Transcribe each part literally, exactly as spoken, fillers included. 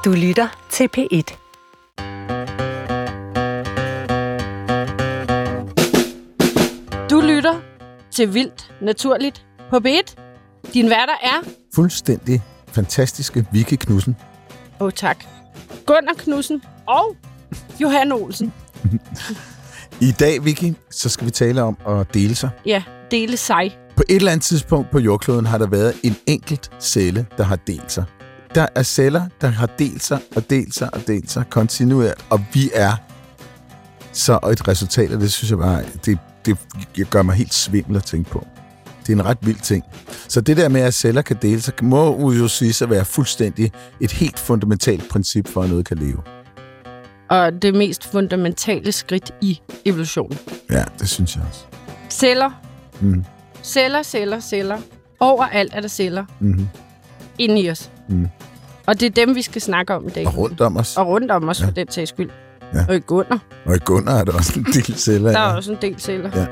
Du lytter til P et. Du lytter til Vildt Naturligt på P et. Din værter er... Fuldstændig fantastiske Vicky Knudsen. Åh, oh, tak. Gunnar Knudsen og Johan Olsen. I dag, Vicky, så skal vi tale om at dele sig. Ja, dele sig. På et eller andet tidspunkt på jordkloden har der været en enkelt celle, der har delt sig. Der er celler, der har delt sig og delt sig og delt sig kontinuert, og vi er så et resultat, og det synes jeg bare, det, det gør mig helt svimmel at tænke på. Det er en ret vild ting. Så det der med, at celler kan dele sig, må jo sige at være fuldstændig et helt fundamentalt princip for, at noget kan leve. Og det mest fundamentale skridt i evolutionen. Ja, det synes jeg også. Celler. Mm. Celler, celler, celler. Overalt er der celler. Mm-hmm. Inde i os. Mm. Og det er dem, vi skal snakke om i dag. Og rundt om os. Og rundt om os, ja. For den sags skyld. Ja. Og i Gunnar. Og i Gunnar er der også en del celler. Der er ja. også en del celler. Ja.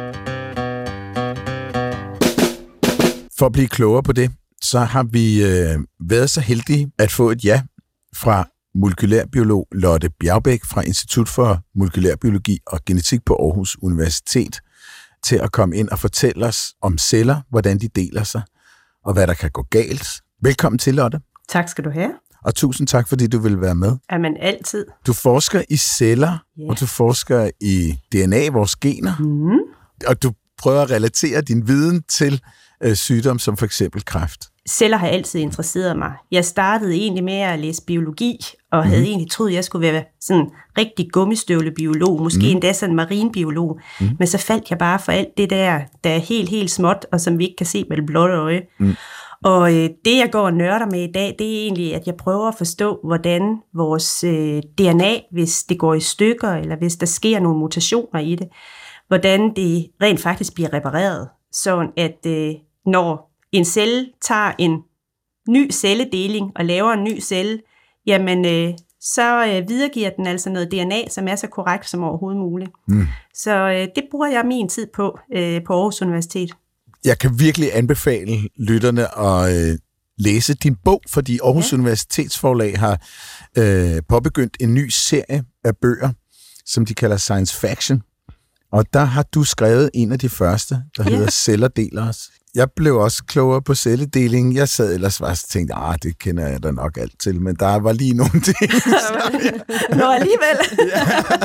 For at blive klogere på det, så har vi øh, været så heldige at få et ja fra molekylærbiolog Lotte Bjergbæk fra Institut for Molekylærbiologi og Genetik på Aarhus Universitet til at komme ind og fortælle os om celler, hvordan de deler sig, og hvad der kan gå galt. Velkommen til, Lotte. Tak skal du have. Og tusind tak, fordi du vil være med. Jamen altid. Du forsker i celler, yeah. og du forsker i D N A, vores gener, mm. og du prøver at relatere din viden til øh, sygdom som for eksempel kræft. Celler har altid interesseret mig. Jeg startede egentlig med at læse biologi, og mm. havde egentlig troet, at jeg skulle være sådan en rigtig gummistøvlebiolog, måske mm. endda sådan en marinbiolog. Mm. Men så faldt jeg bare for alt det der, der er helt, helt småt, og som vi ikke kan se med det blotte øje. Mm. Og øh, det, jeg går og nørder med i dag, det er egentlig, at jeg prøver at forstå, hvordan vores øh, D N A, hvis det går i stykker, eller hvis der sker nogle mutationer i det, hvordan det rent faktisk bliver repareret. Så at øh, når en celle tager en ny celledeling og laver en ny celle, jamen øh, så øh, videregiver den altså noget D N A, som er så korrekt som overhovedet muligt. Mm. Så øh, det bruger jeg min tid på øh, på Aarhus Universitet. Jeg kan virkelig anbefale lytterne at øh, læse din bog, fordi Aarhus ja. Universitetsforlag har øh, påbegyndt en ny serie af bøger, som de kalder Science Faction. Og der har du skrevet en af de første, der ja. hedder Celler deler os. Jeg blev også klogere på celledeling. Jeg sad ellers bare og tænkte, ah, det kender jeg da nok alt til, men der var lige nogle ting. Nå, alligevel. Ja.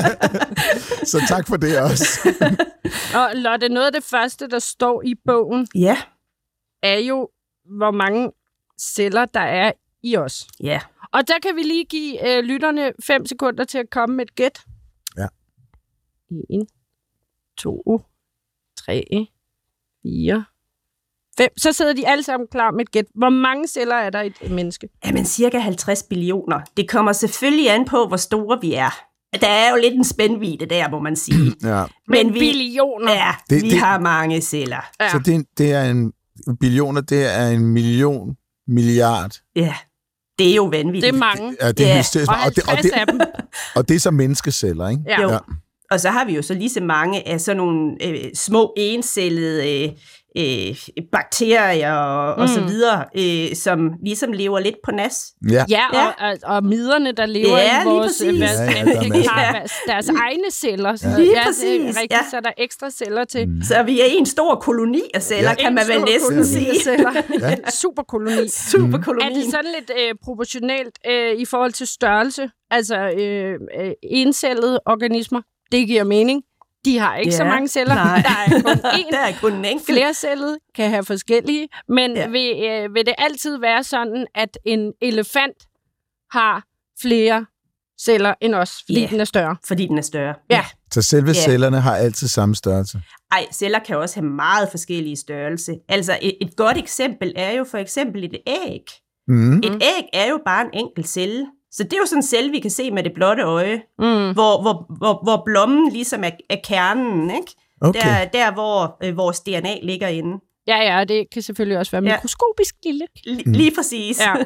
Så tak for det også. Og Lotte, noget af det første, der står i bogen, ja. er jo, hvor mange celler der er i os. Ja. Og der kan vi lige give øh, lytterne fem sekunder til at komme med et gæt. Ja. En, to, tre, fire, fem. Så sidder de alle sammen klar med et gæt. Hvor mange celler er der i et menneske? Jamen, cirka halvtreds billioner. Det kommer selvfølgelig an på, hvor store vi er. Der er jo lidt en spændvidde der, må man sige. Ja. Men vi, billioner. Ja, det, vi det, har mange celler. Ja. Så det, det er en billioner, det er en million, milliard. Ja, det er jo vanvittigt. Det er mange. Ja, det er ja. hysterisk. Og halvtreds og det, og det, af dem. Og det er så menneskeceller, ikke? Ja. Jo. Og så har vi jo så lige så mange af sådan nogle øh, små encellede øh, øh, bakterier og, mm. og så videre, øh, som ligesom lever lidt på nas. Ja, ja, ja. Og, og, og miderne, der lever ja, i vores... Ja, hvad, ja, ja, de har deres egne celler. Så ja. Lige ja, præcis. Det er rigtigt, ja. Så er der ekstra celler til. Mm. Så vi er en stor koloni af celler, ja. kan man vel næsten sige. Ja. Superkoloni. Superkoloni. Er det sådan lidt øh, proportionalt øh, i forhold til størrelse? Altså øh, øh, encellede organismer? Det giver mening. De har ikke ja, så mange celler. Nej. Der er kun én. Der er kun en enkelt. Flercellet kan have forskellige. Men ja. vil, øh, vil det altid være sådan, at en elefant har flere celler end os, fordi ja. den er større? Fordi den er større. Ja. Så selve ja. cellerne har altid samme størrelse? Ej, celler kan også have meget forskellige størrelse. Altså et, et godt eksempel er jo for eksempel et æg. Mm. Et æg er jo bare en enkelt celle. Så det er jo sådan en celle, vi kan se med det blotte øje, mm. hvor, hvor, hvor, hvor blommen ligesom er, er kernen, ikke? Okay. Der, der hvor øh, vores D N A ligger inde. Ja, ja, det kan selvfølgelig også være ja. mikroskopisk lille. L- lige præcis. Ja.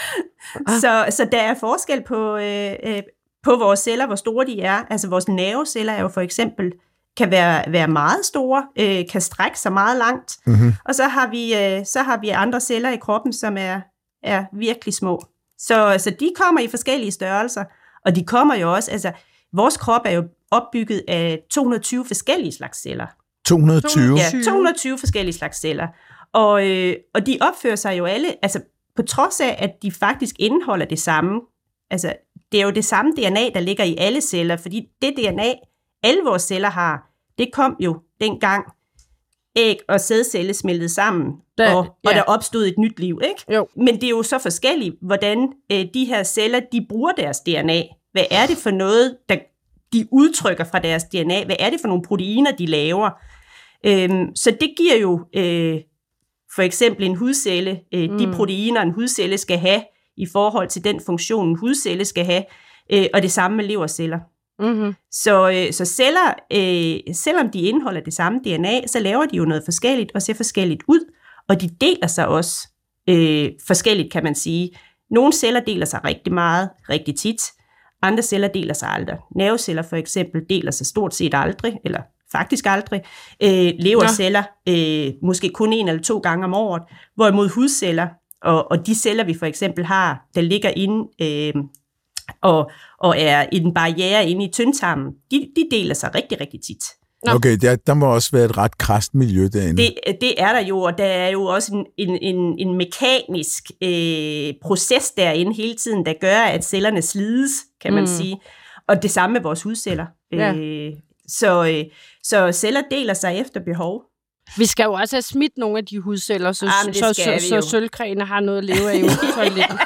så, så der er forskel på, øh, øh, på vores celler, hvor store de er. Altså vores nerveceller er jo for eksempel, kan være, være meget store, øh, kan strække sig meget langt. Mm-hmm. Og så har, vi, øh, så har vi andre celler i kroppen, som er, er virkelig små. Så, så de kommer i forskellige størrelser, og de kommer jo også, altså vores krop er jo opbygget af to hundrede og tyve forskellige slags celler. to hundrede og tyve? Ja, to hundrede og tyve forskellige slags celler. Og, øh, og de opfører sig jo alle, altså på trods af, at de faktisk indeholder det samme. Altså, det er jo det samme D N A, der ligger i alle celler, fordi det D N A, alle vores celler har, det kom jo dengang æg og sædcelle smeltede sammen, Da, og, ja. og der opstod et nyt liv, ikke? Jo. Men det er jo så forskelligt, hvordan øh, de her celler, de bruger deres D N A. Hvad er det for noget, der de udtrykker fra deres D N A? Hvad er det for nogle proteiner, de laver? Øhm, så det giver jo øh, for eksempel en hudcelle, øh, mm. de proteiner, en hudcelle skal have, i forhold til den funktion, en hudcelle skal have, øh, og det samme med leverceller. Mm-hmm. Så, øh, så celler, øh, selvom de indeholder det samme D N A, så laver de jo noget forskelligt og ser forskelligt ud, og de deler sig også øh, forskelligt, kan man sige. Nogle celler deler sig rigtig meget, rigtig tit. Andre celler deler sig aldrig. Nerveceller for eksempel deler sig stort set aldrig, eller faktisk aldrig. Øh, leverceller øh, måske kun en eller to gange om året, hvorimod hudceller, og, og de celler, vi for eksempel har, der ligger inde øh, og, og er i en barriere inde i tyndtarmen, de, de deler sig rigtig, rigtig tit. Okay, der, der må også være et ret krast miljø derinde. Det, det er der jo, og der er jo også en, en, en, en mekanisk øh, proces derinde hele tiden, der gør, at cellerne slides, kan man mm. sige. Og det samme med vores hudceller. Ja. Øh, så, øh, så celler deler sig efter behov. Vi skal jo også have smidt nogle af de hudceller, så, Jamen, så, så, så, så sølvkræne har noget at leve af i toilettet.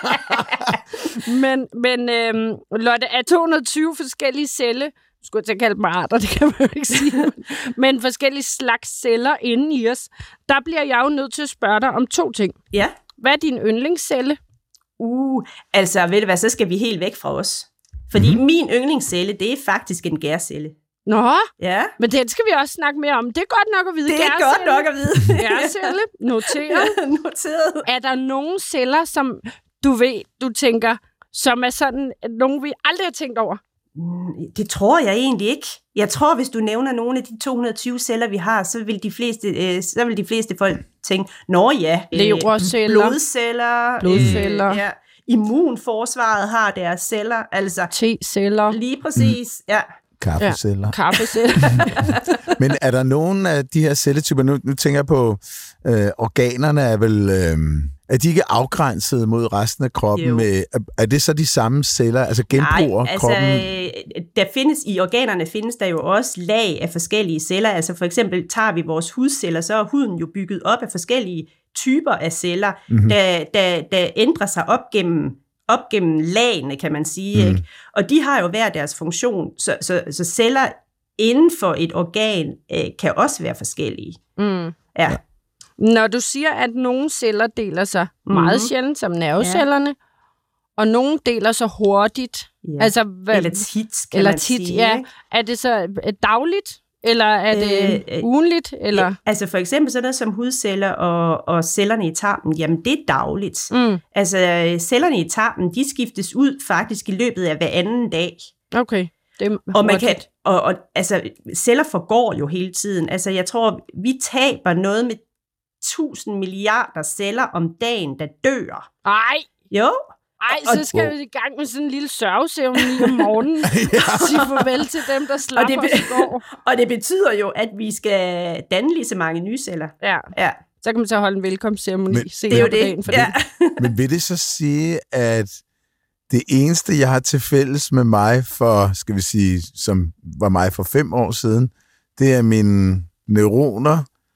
men men øhm, Lotte, er to hundrede og tyve forskellige celler, skulle jeg til at kalde dem arter, det kan man jo ikke sige, men forskellige slags celler inde i os, der bliver jeg jo nødt til at spørge dig om to ting. Ja. Hvad er din yndlingscelle? Uh, altså ved du hvad, så skal vi helt væk fra os. Fordi mm-hmm. min yndlingscelle, det er faktisk en gærcelle. Nå, ja. Men den skal vi også snakke mere om. Det er godt nok at vide. Det er gærcelle. godt nok at vide. Gærcelle, noteret. Noteret. Er der nogle celler, som du ved, du tænker, som er sådan, nogle vi aldrig har tænkt over? Det tror jeg egentlig ikke. Jeg tror, hvis du nævner nogle af de to hundrede og tyve celler, vi har, så vil de fleste, øh, så vil de fleste folk tænke, nå ja, øh, leverceller, blodceller, blodceller. Øh, ja. Immunforsvaret har deres celler, altså T-celler. Lige præcis, ja. Kaffeceller. Ja, kaffeceller. Men er der nogen af de her celletyper, nu, nu tænker jeg på, øh, organerne er vel, øh, er de ikke afgrænset mod resten af kroppen? Med, er, er det så de samme celler, altså genbruger Nej, kroppen? altså, der findes, i organerne findes der jo også lag af forskellige celler, altså for eksempel tager vi vores hudceller, så er huden jo bygget op af forskellige typer af celler, mm-hmm. der, der, der ændrer sig op gennem op gennem lagene, kan man sige. Mm. Ikke? Og de har jo hver deres funktion, så, så, så celler inden for et organ øh, kan også være forskellige. Mm. Ja. Når du siger, at nogle celler deler sig mm. meget sjældent, som nervecellerne, ja. Og nogle deler sig hurtigt. Ja. Altså, hvad, eller tit, kan eller man tit, sige. Ja. Ikke? Er det så dagligt? Eller er det øh, ugenligt? Eller? Ja, altså for eksempel sådan noget som hudceller og, og cellerne i tarmen, jamen det er dagligt. Mm. Altså cellerne i tarmen, de skiftes ud faktisk i løbet af hver anden dag. Okay. Det er og man kan, og, og altså celler forgår jo hele tiden. Altså jeg tror, vi taber noget med tusind milliarder celler om dagen, der dør. Ej! Jo. Ej, så skal vi i gang med sådan en lille sørgeceremoni om morgenen. ja. Sige farvel til dem, der slapper og det, os i går. Og det betyder jo, at vi skal danne lige så mange nye celler. Ja. ja. Så kan man så holde en velkomstceremoni. Det er jo det. For ja. det. Men vil det så sige, at det eneste, jeg har til fælles med mig for, skal vi sige, som var mig for fem år siden, det er mine neuroner,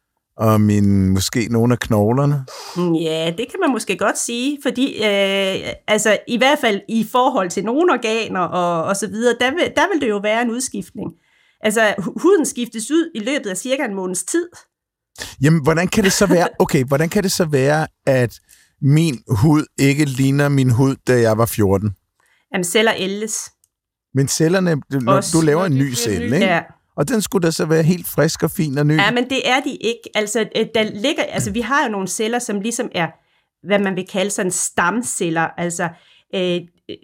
og min, måske nogle af knoglerne? Ja, det kan man måske godt sige, fordi øh, altså, i hvert fald i forhold til nogle organer og, og så videre, der vil, der vil det jo være en udskiftning. Altså, huden skiftes ud i løbet af cirka en måneds tid. Jamen, hvordan kan det så være, okay, hvordan kan det så være, at min hud ikke ligner min hud, da jeg var fjorten? Jamen, celler ældes. Men cellerne, når du laver en ny celle, ikke? Ja. Og den skulle da så være helt frisk og fin og ny. Ja, men det er de ikke. Altså, der ligger, altså vi har jo nogle celler, som ligesom er, hvad man vil kalde sådan stamceller. Altså, øh,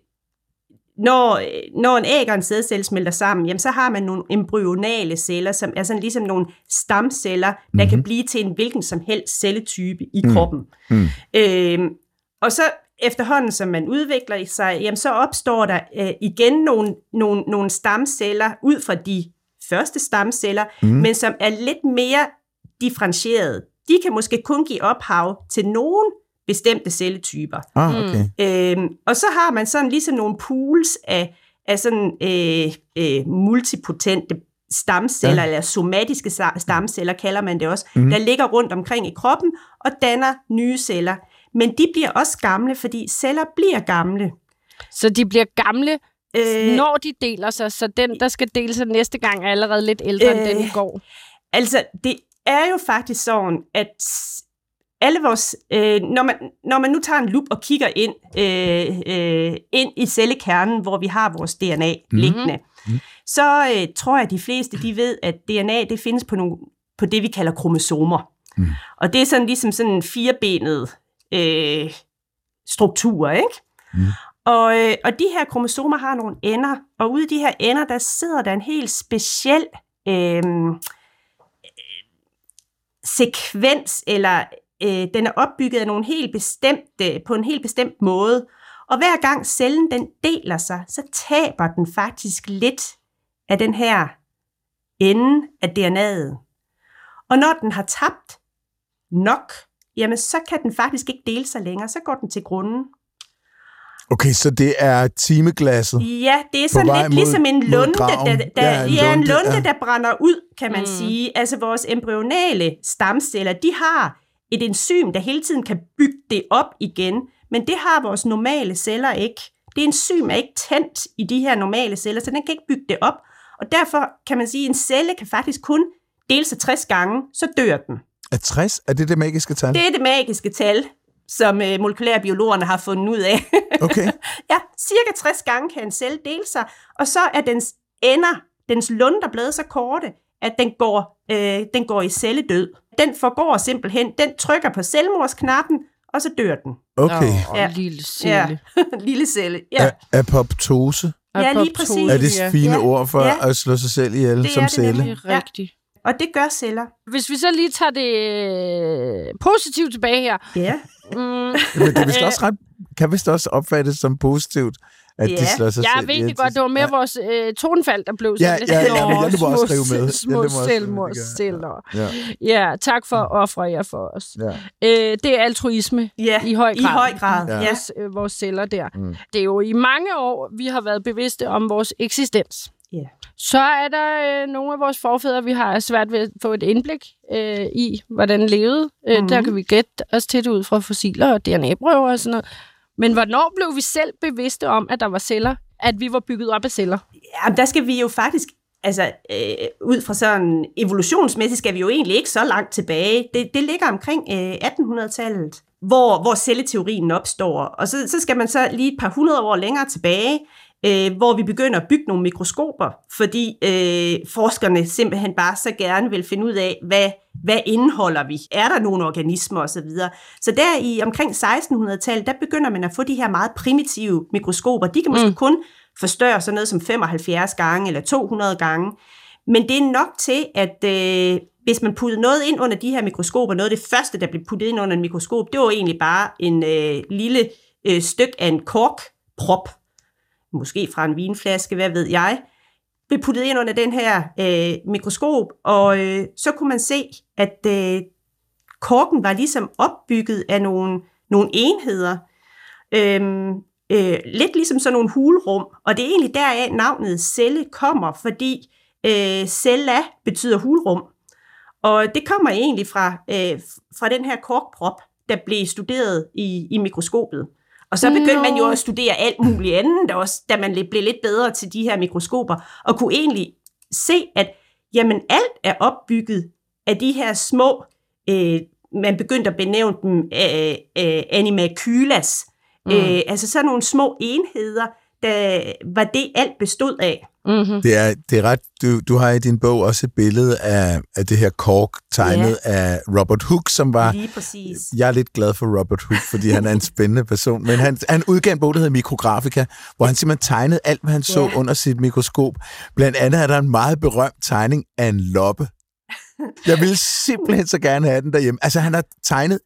når, når en æg og en sædcelle smelter sammen, jamen, så har man nogle embryonale celler, som er sådan ligesom nogle stamceller, der mm-hmm. kan blive til en hvilken som helst celletype i kroppen. Mm. Øh, og så efterhånden, som man udvikler sig, jamen, så opstår der øh, igen nogle, nogle, nogle stamceller ud fra de første stamceller, mm. men som er lidt mere differentieret. De kan måske kun give ophav til nogle bestemte celletyper. Ah, okay. Øhm, og så har man sådan ligesom nogle pools af, af sådan øh, øh, multipotente stamceller, ja. eller somatiske stamceller, kalder man det også, mm. der ligger rundt omkring i kroppen og danner nye celler. Men de bliver også gamle, fordi celler bliver gamle. Så de bliver gamle, øh, når de deler sig, så den, der skal dele sig næste gang, er allerede lidt ældre, øh, end den i går? Altså, det er jo faktisk sådan, at alle vores, øh, når, man, når man nu tager en lup og kigger ind, øh, øh, ind i cellekernen, hvor vi har vores D N A mm. liggende, mm. så øh, tror jeg, at de fleste de ved, at D N A det findes på, nogle, på det, vi kalder kromosomer. Mm. Og det er sådan ligesom sådan en firebenet øh, struktur, ikke? Mm. Og, øh, og de her kromosomer har nogle ender, og ude i de her ender, der sidder der en helt speciel øh, sekvens, eller øh, den er opbygget af nogle helt bestemte, på en helt bestemt måde. Og hver gang cellen den deler sig, så taber den faktisk lidt af den her ende af D N A'et. Og når den har tabt nok, jamen så kan den faktisk ikke dele sig længere, så går den til grunden. Okay, så det er timeglasset. Ja, det er sådan lidt ligesom en lunde, der, der, ja, en ja, en lunde, lunde ja. der brænder ud, kan man mm. sige. Altså vores embryonale stamceller, de har et enzym, der hele tiden kan bygge det op igen, men det har vores normale celler ikke. Det enzym er ikke tændt i de her normale celler, så den kan ikke bygge det op. Og derfor kan man sige, at en celle kan faktisk kun dele sig tres gange, så dør den. Er tres? Er det det magiske tal? Det er det magiske tal, som øh, molekylærbiologerne har fundet ud af. Okay. Ja, cirka tres gange kan en celle dele sig, og så er dens ender, dens lunder blevet så korte, at den går, øh, den går i celledød. Den forgår simpelthen, den trykker på selvmordsknappen, og så dør den. Okay. Oh, ja. Lille celle. Ja, lille celle, ja. A- apoptose? Ja, lige præcis. Er det fine ja. ord for ja. at slå sig selv ihjel det som det celle? Det er rigtigt. Og det gør celler. Hvis vi så lige tager det positivt tilbage her. Ja. Mm, Men det er vist også ret, kan vist også opfattes som positivt, at ja. de slår sig jeg selv ved ihjel. det godt, det var mere ja. vores øh, tonefald, der blev Ja, sådan lidt. ja, ja, men jeg må også skrive med. Små Jeg må også- selvmordsceller. Ja. Ja, tak for at ofre jer for os. Ja. Øh, det er altruisme Ja, i høj grad. i høj grad. Ja. Ja. Vores, øh, vores celler der. Mm. Det er jo i mange år, vi har været bevidste om vores eksistens. Ja. Så er der øh, nogle af vores forfædre, vi har svært ved at få et indblik øh, i, hvordan den levede. Øh, Mhm. Der kan vi gætte os til det ud fra fossiler og D N A-prøver og sådan noget. Men hvornår blev vi selv bevidste om, at der var celler? At vi var bygget op af celler? Ja, der skal vi jo faktisk, altså øh, ud fra sådan evolutionsmæssigt, skal vi jo egentlig ikke så langt tilbage. Det, det ligger omkring øh, attenhundredetallet, hvor, hvor celleteorien opstår. Og så, så skal man så lige et par hundrede år længere tilbage, øh, hvor vi begynder at bygge nogle mikroskoper, fordi øh, forskerne simpelthen bare så gerne vil finde ud af, hvad, hvad indeholder vi? Er der nogle organismer osv.? Så der i omkring sekstenhundredetallet, der begynder man at få de her meget primitive mikroskoper. De kan måske mm. kun forstørre sådan noget som femoghalvfjerds gange eller to hundrede gange. Men det er nok til, at øh, hvis man puttede noget ind under de her mikroskoper, noget af det første, der blev puttet ind under en mikroskop, det var egentlig bare en øh, lille øh, stykke af en korkprop, måske fra en vinflaske, hvad ved jeg, blev puttet ind under den her øh, mikroskop, og øh, så kunne man se, at øh, korken var ligesom opbygget af nogle, nogle enheder, øhm, øh, lidt ligesom sådan nogle hulrum, og det er egentlig deraf navnet celle kommer, fordi øh, cella betyder hulrum, og det kommer egentlig fra, øh, fra den her korkprop, der blev studeret i, i mikroskopet. Og så begyndte no. man jo at studere alt muligt andet, også, da man blev lidt bedre til de her mikroskoper, og kunne egentlig se, at jamen, alt er opbygget af de her små, øh, man begyndte at benævne dem øh, øh, animalculas, mm. øh, altså sådan nogle små enheder, der var det alt bestod af. Mm-hmm. Det er, det er ret, du, du har i din bog også et billede af, af det her kork, tegnet ja. af Robert Hooke, som var... Lige præcis. Jeg er lidt glad for Robert Hooke, fordi han er en spændende person, men han, han udgav en bog, der hedder Mikrografika, hvor han simpelthen tegnede alt, hvad han så ja. under sit mikroskop. Blandt andet er der en meget berømt tegning af en loppe. Jeg ville simpelthen så gerne have den derhjemme. Altså, han har tegnet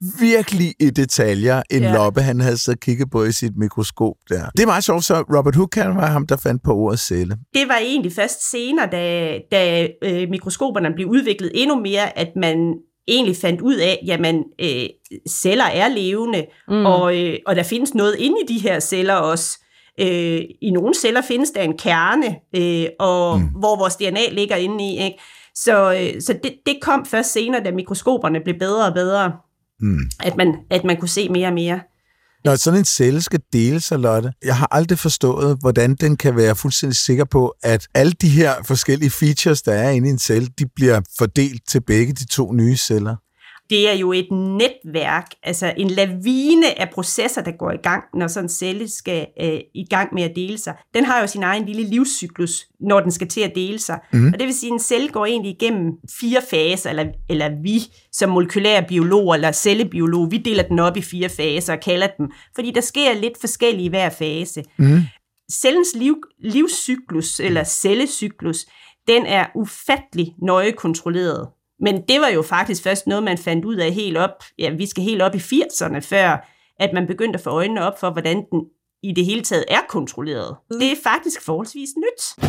virkelig i detaljer, en Ja. Loppe, han havde så kigget på i sit mikroskop der. Det er meget sjovt, så Robert Hooke, han var ham, der fandt på ordet celle. Det var egentlig først senere, da, da øh, mikroskoperne blev udviklet endnu mere, at man egentlig fandt ud af, jamen, øh, celler er levende, mm. og, øh, og der findes noget inde i de her celler også. Øh, I nogle celler findes der en kerne, øh, og, mm. hvor vores D N A ligger inde i, ikke? Så, øh, så det, det kom først senere, da mikroskoperne blev bedre og bedre, mm. at, man, at man kunne se mere og mere. Når sådan en celle skal dele sig, Lotte, jeg har aldrig forstået, hvordan den kan være fuldstændig sikker på, at alle de her forskellige features, der er inde i en celle, de bliver fordelt til begge de to nye celler. Det er jo et netværk, altså en lavine af processer, der går i gang, når sådan en celle skal øh, i gang med at dele sig. Den har jo sin egen lille livscyklus, når den skal til at dele sig. Mm. Og det vil sige, at en celle går egentlig igennem fire faser, eller, eller vi som molekylære biologer eller cellebiologer, vi deler den op i fire faser og kalder dem, fordi der sker lidt forskellige i hver fase. Mm. Cellens liv, livscyklus, eller cellecyklus, den er ufattelig nøje kontrolleret. Men det var jo faktisk først noget, man fandt ud af helt op, ja, vi skal helt op i firserne, før at man begyndte at få øjnene op for, hvordan den i det hele taget er kontrolleret. Mm. Det er faktisk forholdsvis nyt.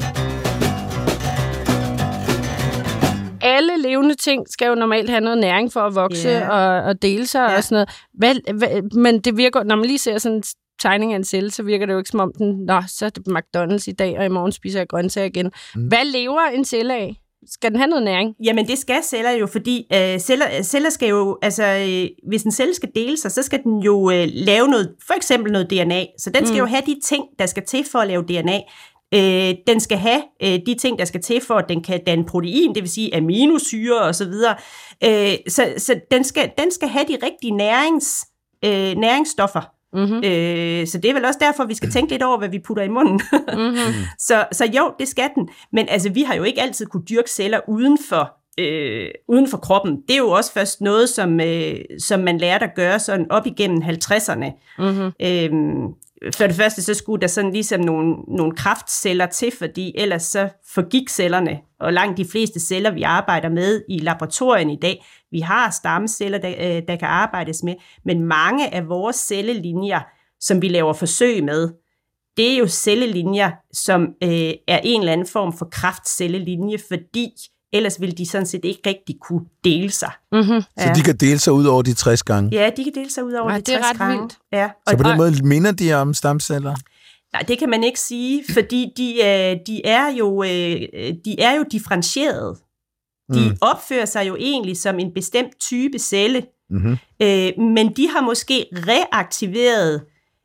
Alle levende ting skal jo normalt have noget næring for at vokse yeah. og, og dele sig yeah. og sådan noget. Hvad, hvad, men det virker, når man lige ser sådan en tegning af en celle, så virker det jo ikke som om den, nå, så er det McDonald's i dag, og i morgen spiser jeg grøntsager igen. Mm. Hvad lever en celle af? Skal den have noget næring? Jamen, det skal celler jo, fordi øh, celler, celler skal jo, altså, øh, hvis en celle skal dele sig, så skal den jo øh, lave noget, for eksempel noget D N A. Så den skal mm. jo have de ting, der skal til for at lave D N A. Øh, den skal have øh, de ting, der skal til for, at den kan danne protein, det vil sige aminosyre og så videre. Øh, så så den, skal, den skal have de rigtige nærings, øh, næringsstoffer. Mm-hmm. Øh, så det er vel også derfor, vi skal tænke lidt over, hvad vi putter i munden. mm-hmm. så, så jo, det skal den. Men altså, vi har jo ikke altid kunne dyrke celler uden for, øh, uden for kroppen. Det er jo også først noget, som, øh, som man lærte at gøre sådan op igennem halvtredserne. Mm-hmm. Øh, for det første, så skulle der sådan ligesom nogle, nogle kraftceller til, fordi ellers så forgik cellerne. Og langt de fleste celler, vi arbejder med i laboratorien i dag, vi har stamceller, der, der kan arbejdes med, men mange af vores cellelinjer, som vi laver forsøg med, det er jo cellelinjer, som øh, er en eller anden form for kraftcellelinje, fordi ellers ville de sådan set ikke rigtig kunne dele sig. Mm-hmm. Så ja. De kan dele sig ud over de tres gange? Ja, de kan dele sig ud over ja, de tres gange. Det er ret vildt. Ja. Så på den måde minder de om stamceller? Nej, det kan man ikke sige, fordi de, de, er, jo, de er jo differentierede. De mm. opfører sig jo egentlig som en bestemt type celle, mm-hmm. men de har måske reaktiveret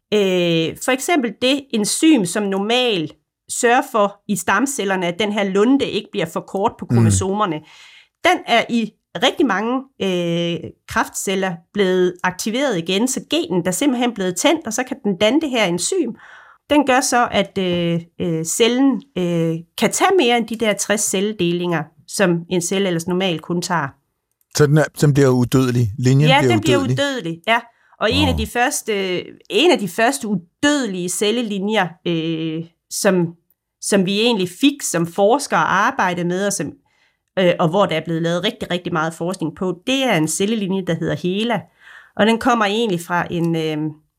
for eksempel det enzym, som normalt sørger for i stamcellerne, at den her lunde ikke bliver for kort på kromosomerne. Mm. Den er i rigtig mange øh, kraftceller blevet aktiveret igen, så genen der er simpelthen blevet tændt, og så kan den danne det her enzym. Den gør så, at øh, øh, cellen øh, kan tage mere end de der tres celledelinger, som en celle ellers normalt kun tager. Så den, er, den bliver udødelig? Linjen ja, bliver den udødelig? bliver udødelig, ja. Og oh. en, af de første, en af de første udødelige cellelinjer, øh, som, som vi egentlig fik som forskere arbejde med, og, som, øh, og hvor der er blevet lavet rigtig, rigtig meget forskning på, det er en cellelinje, der hedder HeLa. Og den kommer egentlig fra en, øh,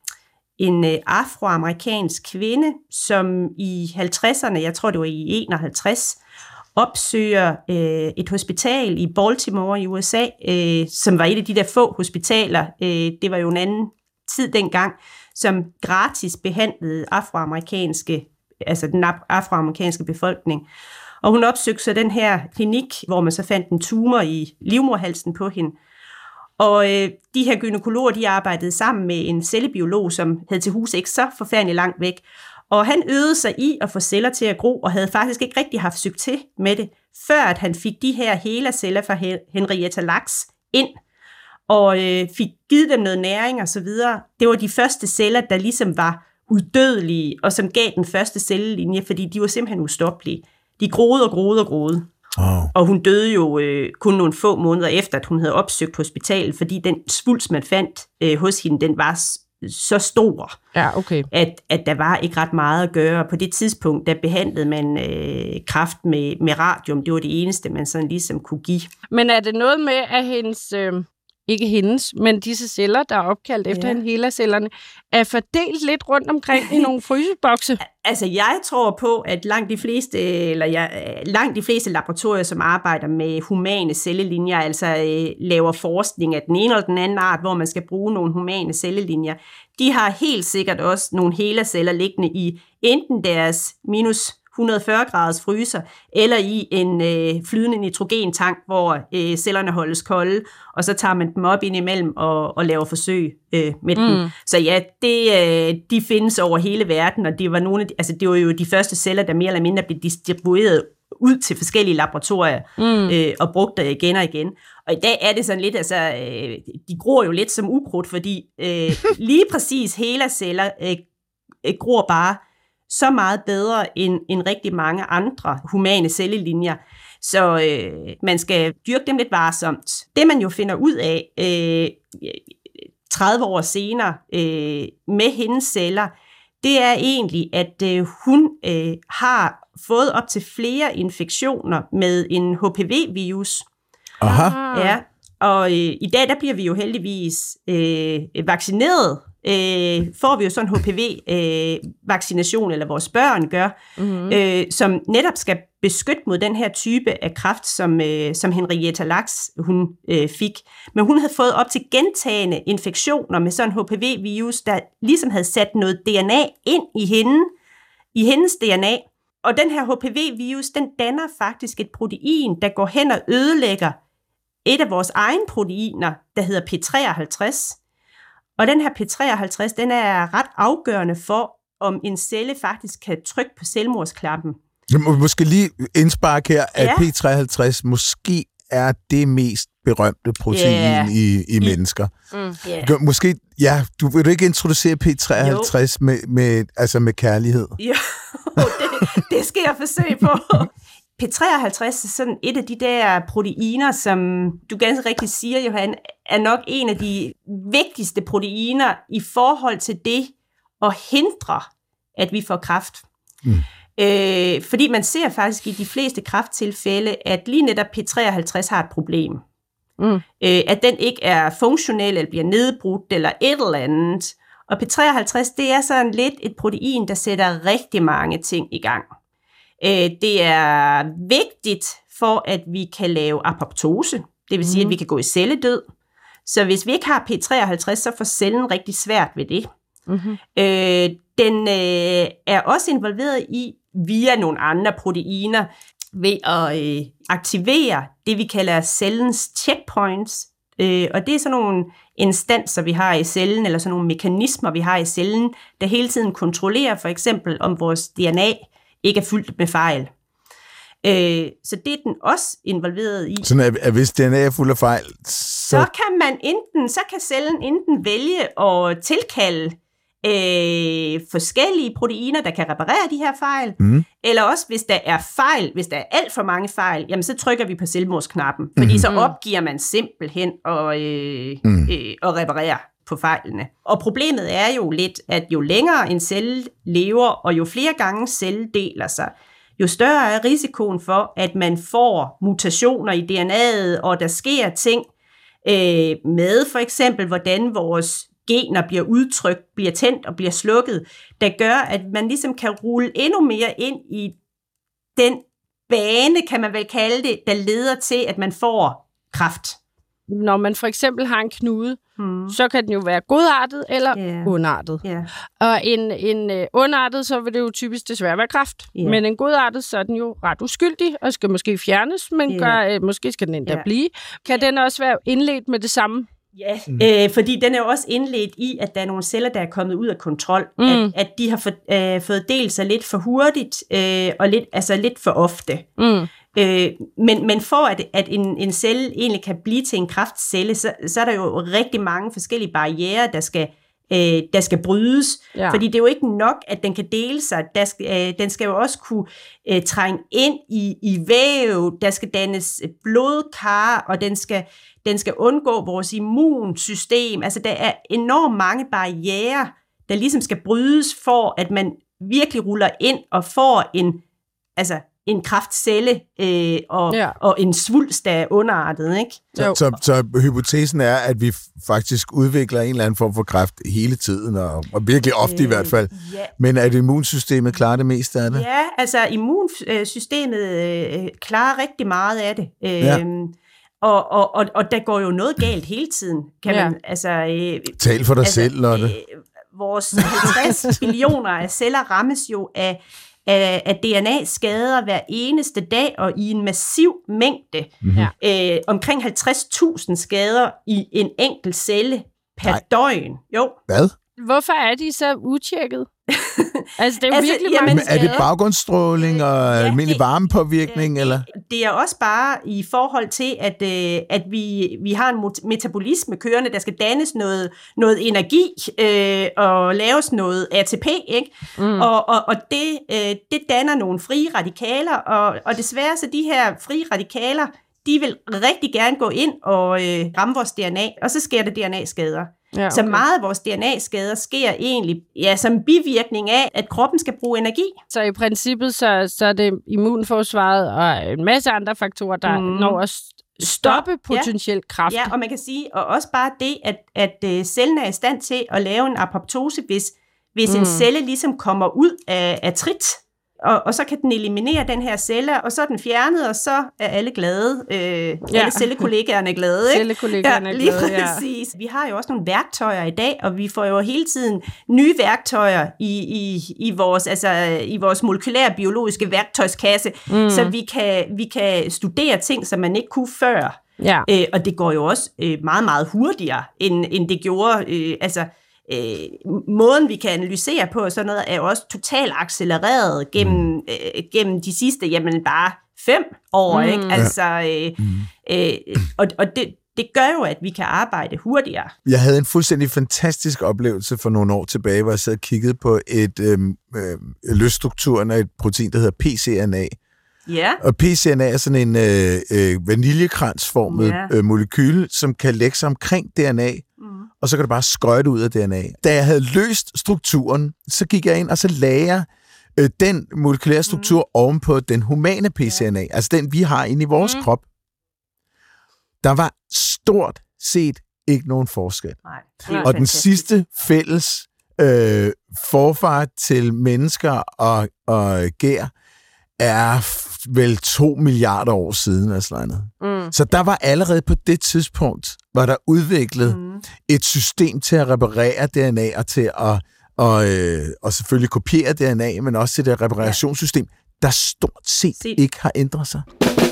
en øh, afroamerikansk kvinde, som i halvtredserne, jeg tror det var i enoghalvtreds, opsøger øh, et hospital i Baltimore i U S A, øh, som var et af de der få hospitaler, øh, det var jo en anden tid dengang, som gratis behandlede afroamerikanske, altså den afroamerikanske befolkning. Og hun opsøgte så den her klinik, hvor man så fandt en tumor i livmoderhalsen på hende. Og øh, de her gynækologer, de arbejdede sammen med en cellebiolog, som havde til hus ikke så forfærdeligt langt væk. Og han øvede sig i at få celler til at gro, og havde faktisk ikke rigtig haft succes med det, før at han fik de her HeLa-celler fra Henrietta Lacks ind, og øh, fik givet dem noget næring og så videre. Det var de første celler, der ligesom var udødelige, og som gav den første cellelinje, fordi de var simpelthen ustoppelige. De groede og groede og groede. Oh. Og hun døde jo øh, kun nogle få måneder efter, at hun havde opsøgt hospitalet, fordi den svulst, man fandt øh, hos hende, den var så stor, ja, okay. at, at der var ikke ret meget at gøre. På det tidspunkt, der behandlede man øh, kræft med, med radium. Det var det eneste, man sådan ligesom kunne give. Men er det noget med, at hendes øh, ikke hendes, men disse celler, der er opkaldt efter Ja. hende, HeLa-cellerne, er fordelt lidt rundt omkring i nogle frysebokse. Altså, jeg tror på, at langt de fleste, eller jeg, langt de fleste laboratorier, som arbejder med humane cellelinjer, altså øh, laver forskning af den ene eller den anden art, hvor man skal bruge nogle humane cellelinjer, de har helt sikkert også nogle HeLa-celler liggende i enten deres minus et hundrede og fyrre graders fryser, eller i en øh, flydende nitrogentank, hvor øh, cellerne holdes kolde, og så tager man dem op indimellem og, og laver forsøg øh, med mm. dem. Så ja, det, øh, de findes over hele verden, og det var, nogle af de, altså, det var jo de første celler, der mere eller mindre blev distribueret ud til forskellige laboratorier mm. øh, og brugt der igen og igen. Og i dag er det sådan lidt, altså, øh, de gror jo lidt som ukrudt, fordi øh, lige præcis HeLa-celler øh, øh, gror bare så meget bedre end, end rigtig mange andre humane cellelinjer. Så øh, man skal dyrke dem lidt varsomt. Det man jo finder ud af øh, tredive år senere øh, med hendes celler, det er egentlig, at øh, hun øh, har fået op til flere infektioner med en H P V-virus. Aha. Ja, og øh, i dag der bliver vi jo heldigvis øh, vaccineret. Øh, får vi jo sådan en H P V-vaccination, øh, eller vores børn gør, mm-hmm. øh, som netop skal beskytte mod den her type af kræft, som, øh, som Henrietta Lacks hun øh, fik. Men hun havde fået op til gentagende infektioner med sådan en H P V-virus, der ligesom havde sat noget D N A ind i hende, i hendes D N A. Og den her H P V-virus, den danner faktisk et protein, der går hen og ødelægger et af vores egne proteiner, der hedder P treoghalvtreds. Og den her P treoghalvtreds, den er ret afgørende for, om en celle faktisk kan trykke på selvmordsklappen. Jeg må måske lige indspark her, at Ja. P treoghalvtreds måske er det mest berømte protein Ja. i, i mennesker. Mm. Yeah. Måske, ja, du vil du ikke introducere P treoghalvtreds med, med, altså med kærlighed? Jo, det, det skal jeg forsøge på. P treoghalvtreds er sådan et af de der proteiner, som du ganske rigtigt siger, Johan, er nok en af de vigtigste proteiner i forhold til det at hindre, at vi får kræft. Mm. Øh, fordi man ser faktisk i de fleste kræfttilfælde, at lige netop P treoghalvtreds har et problem. Mm. Øh, at den ikke er funktionel, eller bliver nedbrudt, eller et eller andet. Og P treoghalvtreds, det er sådan lidt et protein, der sætter rigtig mange ting i gang. Det er vigtigt for, at vi kan lave apoptose, det vil sige, mm. at vi kan gå i celledød. Så hvis vi ikke har P treoghalvtreds, så får cellen rigtig svært ved det. Mm-hmm. Øh, den øh, er også involveret i, via nogle andre proteiner, ved at øh, aktivere det, vi kalder cellens checkpoints. Øh, og det er sådan nogle instanser, vi har i cellen, eller sådan nogle mekanismer, vi har i cellen, der hele tiden kontrollerer for eksempel, om vores D N A ikke er fyldt med fejl. Øh, så det er den også involveret i. Sådan at, at hvis D N A er fuld af fejl, så... så kan man enten, så kan cellen enten vælge at tilkalde øh, forskellige proteiner, der kan reparere de her fejl, mm. eller også hvis der er fejl, hvis der er alt for mange fejl, jamen så trykker vi på selvmordsknappen, fordi mm. så opgiver man simpelthen at, øh, mm. øh, at reparere på fejlene. Og problemet er jo lidt, at jo længere en celle lever, og jo flere gange celle deler sig, jo større er risikoen for, at man får mutationer i D N A'et, og der sker ting øh, med for eksempel, hvordan vores gener bliver udtrykt, bliver tændt og bliver slukket, der gør, at man ligesom kan rulle endnu mere ind i den bane, kan man vel kalde det, der leder til, at man får kræft. Når man for eksempel har en knude, hmm. så kan den jo være godartet eller yeah. ondartet. Yeah. Og en, en uh, ondartet, så vil det jo typisk desværre være kræft. Yeah. Men en godartet, så er den jo ret uskyldig, og skal måske fjernes, men yeah. gør, uh, måske skal den endda yeah. blive. Kan yeah. den også være indledt med det samme? Ja, mm. øh, fordi den er jo også indledt i, at der er nogle celler, der er kommet ud af kontrol. Mm. At, at de har for, øh, fået delt sig lidt for hurtigt, øh, og lidt, altså lidt for ofte. Mm. Øh, men, men for at, at en, en celle egentlig kan blive til en kræftcelle, så, så er der jo rigtig mange forskellige barrierer, der skal, øh, der skal brydes. Ja. Fordi det er jo ikke nok, at den kan dele sig. Der skal, øh, den skal jo også kunne øh, trænge ind i, i væv, der skal dannes blodkar, og den skal, den skal undgå vores immunsystem. Altså der er enormt mange barrierer, der ligesom skal brydes for, at man virkelig ruller ind og får en, altså, en kraftcelle øh, og, ja. og en svulst, der er underartet, ikke? Så, så, så hypotesen er, at vi faktisk udvikler en eller anden form for kræft hele tiden, og, og virkelig ofte øh, i hvert fald. Ja. Men at immunsystemet klarer det meste af det? Ja, altså immunsystemet øh, klarer rigtig meget af det. Øh, ja. Og, og, og, og der går jo noget galt hele tiden, kan ja. man altså... Øh, Tal for dig altså, selv, Lotte. Øh, vores halvtreds billioner af celler rammes jo af, af, af D N A-skader hver eneste dag, og i en massiv mængde. Mm-hmm. Øh, omkring halvtreds tusind skader i en enkelt celle per Nej. døgn. Jo. Hvad? Hvorfor er de så utjekket? Altså, det er jo altså, virkelig jamen, mange skader. Er det baggrundsstråling og ja, almindelig varmepåvirkning? Det, eller? Det er også bare i forhold til, at, øh, at vi, vi har en metabolisme kørende, der skal dannes noget, noget energi øh, og laves noget A T P, ikke? Mm. Og, og, og det, øh, det danner nogle frie radikaler, og, og desværre så de her frie radikaler, de vil rigtig gerne gå ind og øh, ramme vores D N A, og så sker der D N A-skader. Ja, okay. Så meget af vores D N A-skader sker egentlig ja, som bivirkning af, at kroppen skal bruge energi. Så i princippet så, så er det immunforsvaret og en masse andre faktorer, der mm. når at stoppe potentiel ja. kræft. Ja, og man kan sige, og også bare det, at, at uh, cellen er i stand til at lave en apoptose, hvis, hvis mm. en celle ligesom kommer ud af, af trit. Og, og så kan den eliminere den her celle, og så er den fjernet, og så er alle glade. Øh, ja. Alle cellekollegaerne er glade, ikke? Cellekollegaerne ja, er lige glade, præcis. Ja. Vi har jo også nogle værktøjer i dag, og vi får jo hele tiden nye værktøjer i, i, i, vores, altså, i vores molekylære biologiske værktøjskasse, mm. så vi kan, vi kan studere ting, som man ikke kunne før. Ja. Øh, og det går jo også øh, meget, meget hurtigere, end, end det gjorde. Øh, altså, Øh, måden, vi kan analysere på og sådan noget, er jo også totalt accelereret gennem, øh, gennem de sidste, jamen bare fem år, mm. ikke? Altså, øh, øh, og, og det, det gør jo, at vi kan arbejde hurtigere. Jeg havde en fuldstændig fantastisk oplevelse for nogle år tilbage, hvor jeg sad og kiggede på et øh, øh, løsstrukturen af et protein, der hedder P C N A. Ja. Og P C N A er sådan en øh, øh, vaniljekransformet ja. øh, molekyle, som kan lægge sig omkring D N A, mm. og så kan det bare skøjte ud af D N A. Da jeg havde løst strukturen, så gik jeg ind, og så lagde jeg øh, den molekylære struktur mm. ovenpå den humane P C N A, ja. altså den, vi har inde i vores mm. krop. Der var stort set ikke nogen forskel. Nej, og den sidste fælles øh, forfar til mennesker og, og gær er vel to milliarder år siden af sådan noget. Mm. Så der var allerede på det tidspunkt, var der udviklet mm. et system til at reparere D N A og til at og, øh, og selvfølgelig kopiere D N A, men også til det reparationssystem, der stort set Se. ikke har ændret sig.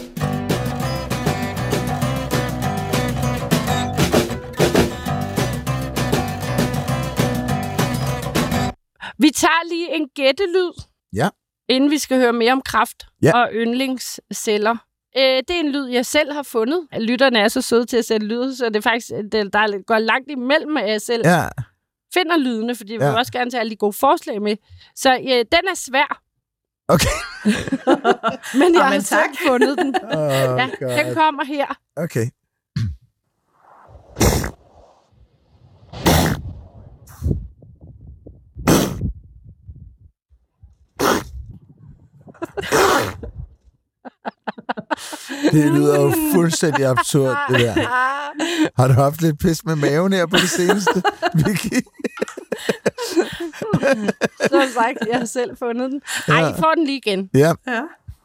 Vi tager lige en gættelyd. Ja. Inden vi skal høre mere om kræft ja. og yndlingsceller. Øh, det er en lyd, jeg selv har fundet. Lytterne er så søde til at sætte lyd, så det er faktisk, det, der går langt imellem, at jeg selv ja. finder lydene, fordi vi ja. vil også gerne tage alle de gode forslag med. Så øh, den er svær. Okay. Men jeg oh, har selv fundet den. Oh, ja, den kommer her. Okay. Det lyder jo fuldstændig absurd, det der. Har du haft lidt pis med maven her på det seneste, Vicky? Så sagt, jeg har selv fundet den. Ej, ja. I får den lige igen. Ja. Ja.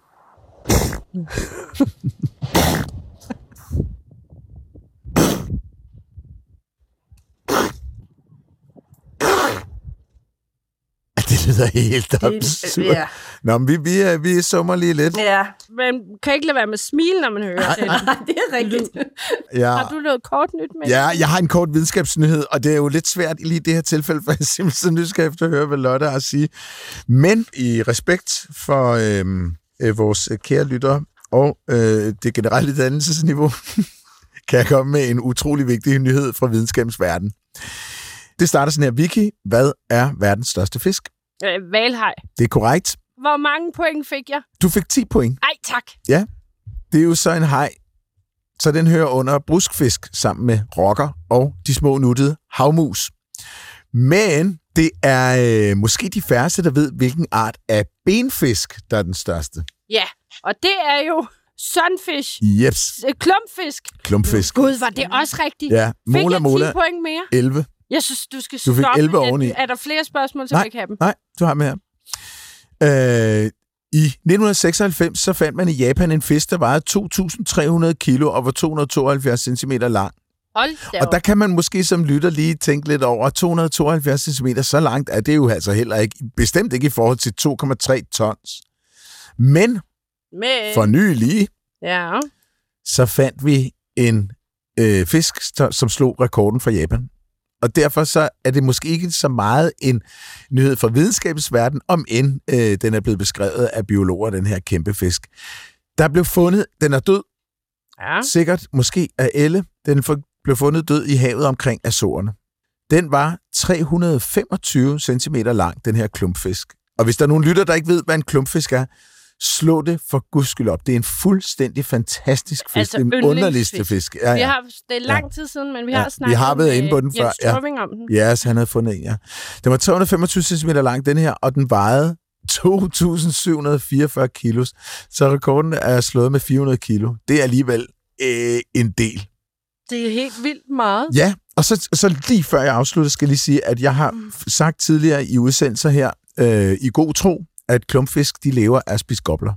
Det lyder helt absurd. Ja. Nå, men vi, vi, vi summer lige lidt. Ja. Man kan ikke lade være med at smile, når man hører det. Det er rigtigt. Ja. Har du noget kort nyt med? Ja, jeg har en kort videnskabsnyhed, og det er jo lidt svært i lige det her tilfælde, for jeg er simpelthen nysgerrig efter at høre, hvad Lotte har at sige. Men i respekt for øh, øh, vores kære lyttere og øh, det generelle dannelsesniveau, kan jeg komme med en utrolig vigtig nyhed fra videnskabens verden. Det starter sådan her. Vicky, hvad er verdens største fisk? Øh, hvalhaj. Det er korrekt. Hvor mange point fik jeg? Du fik ti point. Ej, tak. Ja, det er jo så en haj. Så den hører under bruskfisk sammen med rokker og de små nuttede havmus. Men det er øh, måske de færreste, der ved, hvilken art af benfisk, der er den største. Ja, Og det er jo sunfish. Jeps. Klumpfisk. Klumpfisk. Gud, var det også rigtigt? Ja, Fik mola, jeg ti mola. point mere? elleve. Jeg synes, du skal Du fik stoppe. elleve det. oveni. Er der flere spørgsmål, så Nej, jeg ikke have dem? nej, du har med her. Øh, I nitten seksoghalvfems så fandt man i Japan en fisk, der vejede to tusind tre hundrede kilo og var to hundrede tooghalvfjerds centimeter lang. Hold da Og der kan man måske som lytter lige tænke lidt over, to hundrede tooghalvfjerds centimeter, så langt er det jo altså heller ikke, bestemt ikke i forhold til to komma tre tons. Men Med... for nylig, Ja. så fandt vi en øh, fisk, som slog rekorden for Japan. Og derfor så er det måske ikke så meget en nyhed fra videnskabens verden, om end øh, den er blevet beskrevet af biologer, den her kæmpe fisk. Der blev fundet, den er død, Ja. sikkert måske af Elle, den blev fundet død i havet omkring Azorerne. Den var tre hundrede femogtyve centimeter lang, den her klumpfisk. Og hvis der er nogen lytter, der ikke ved, hvad en klumpfisk er, slå det for guds skyld op. Det er en fuldstændig fantastisk fisk. Altså, den underligste fisk. Ja, ja. Vi har, det er lang Ja. tid siden, men vi Ja, har vi snakket har været med inde på den før, Jens ja. Torving om den. Ja, yes, han havde fundet en, ja. Den var tre hundrede femogtyve centimeter lang, den her, og den vejede to tusind syv hundrede fireogfyrre kilos. Så rekorden er slået med fire hundrede kilo. Det er alligevel øh, en del. Det er helt vildt meget. Ja, og så, så lige før jeg afslutter, skal jeg lige sige, at jeg har sagt tidligere i udsendelser her, øh, i god tro, at klumpfisk, de lever af at spise gobler.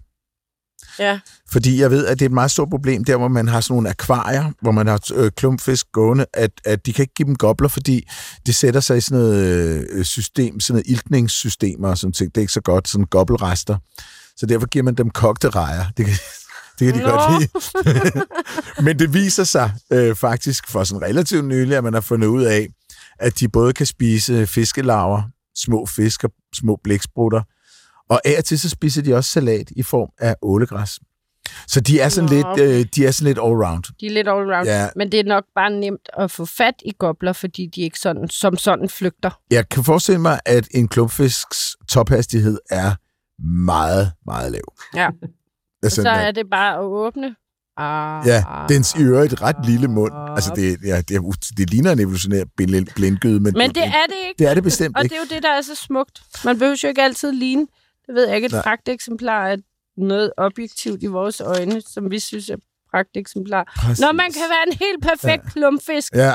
Ja. Fordi jeg ved, at det er et meget stort problem, der hvor man har sådan nogle akvarier, hvor man har øh, klumpfisk gående, at, at de kan ikke give dem gobler, fordi det sætter sig i sådan noget øh, system, sådan noget iltningssystemer og sådan ting. Det er ikke så godt, sådan gobbelrester. Så derfor giver man dem kogte rejer. Det kan, det kan de Nå. godt lide. Men det viser sig øh, faktisk for sådan relativt nylig, at man har fundet ud af, at de både kan spise fiskelarver, små fisk og små blæksprutter, og af og til så spiser de også salat i form af ålegræs. Så de er sådan, lidt, øh, de er sådan lidt all-round. De er lidt all-round, Ja. men det er nok bare nemt at få fat i gobler, fordi de ikke sådan, som sådan flygter. Jeg kan forestille mig, at en klumpfisks tophastighed er meget, meget lav. Ja. Og Altså, så er det bare at åbne. Ah, ja, dens i øvrigt et ret lille mund. Altså, det, ja, det, det ligner en evolutionær blind- blindgyde, men, Men det er det ikke. det er det bestemt Og ikke. det er jo det, der er så smukt. Man behøver jo ikke altid ligne. Det ved jeg ikke, et Nej. pragteksemplar er noget objektivt i vores øjne, som vi synes er pragteksemplar. Præcis. Når man kan være en helt perfekt ja. klumpfisk. Ja.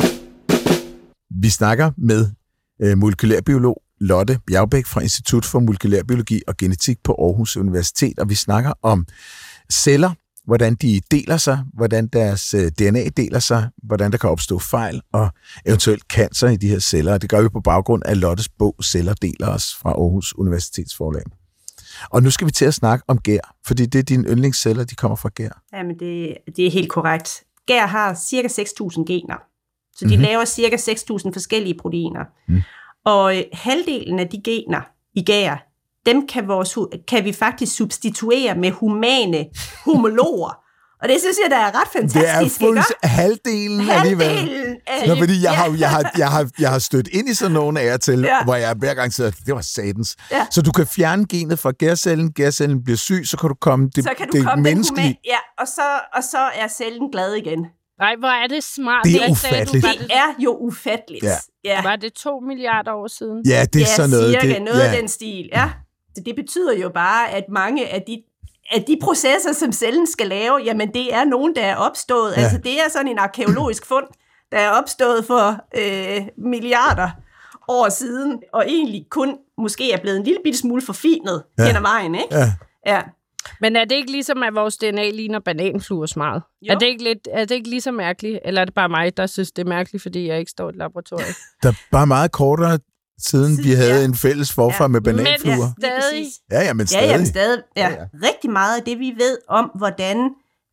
Vi snakker med øh, molekylærbiolog Lotte Bjergbæk fra Institut for Molekylærbiologi og Genetik på Aarhus Universitet, og vi snakker om celler, hvordan de deler sig, hvordan deres øh, D N A deler sig, hvordan der kan opstå fejl og eventuelt cancer i de her celler. Og det gør vi på baggrund af Lottes bog Celler deler os fra Aarhus Universitets forlag. Og nu skal vi til at snakke om gær, fordi det er dine yndlingsceller, de kommer fra gær. Jamen, det, det er helt korrekt. Gær har cirka seks tusind gener, så de Mhm. laver cirka seks tusind forskellige proteiner. Mm. Og øh, halvdelen af de gener i gær, dem kan, vores, hu- kan vi faktisk substituere med humane homologer. Og det synes jeg, der er ret fantastisk, Det er ikke? fuldstændig halvdelen alligevel. Halvdelen af... Nå, fordi jeg har, Ja. jeg, har, jeg, har, jeg har stødt ind i sådan nogle af jer til, Ja. hvor jeg hver gang siger, det var satans. Ja. Så du kan fjerne genet fra gærcellen, gærcellen bliver syg, så kan du komme det, Så kan du det komme den menneskelige. human... Ja, og så, og så er cellen glad igen. Nej, hvor er det smart. Det er Hvad sagde du? ufatteligt. Var Det det, er jo ufatteligt. Ja. Ja. var det to milliarder år siden? Ja, det er ja, sådan noget. cirka det, noget ja. af den stil. Ja. Så det betyder jo bare, at mange af de, af de processer, som cellen skal lave, jamen det er nogen, der er opstået. Ja. Altså det er sådan en arkæologisk fund, der er opstået for øh, milliarder år siden, og egentlig kun måske er blevet en lille bitte smule forfinet Ja. hen ad vejen, ikke? Ja. Ja. Men er det ikke ligesom, at vores D N A ligner bananfluers meget? Jo. Er det, ikke lidt, er det ikke lige så mærkeligt? Eller er det bare mig, der synes, det er mærkeligt, fordi jeg ikke står i et laboratorium? Der er bare meget kortere siden, vi Siden, havde ja. en fælles forfra Ja. med Men bananfluer. ja, Lige stadig. præcis. Ja, ja, men Ja, stadig. jamen stadig. Ja. Ja, Ja, ja. ja. Rigtig meget af det, vi ved om, hvordan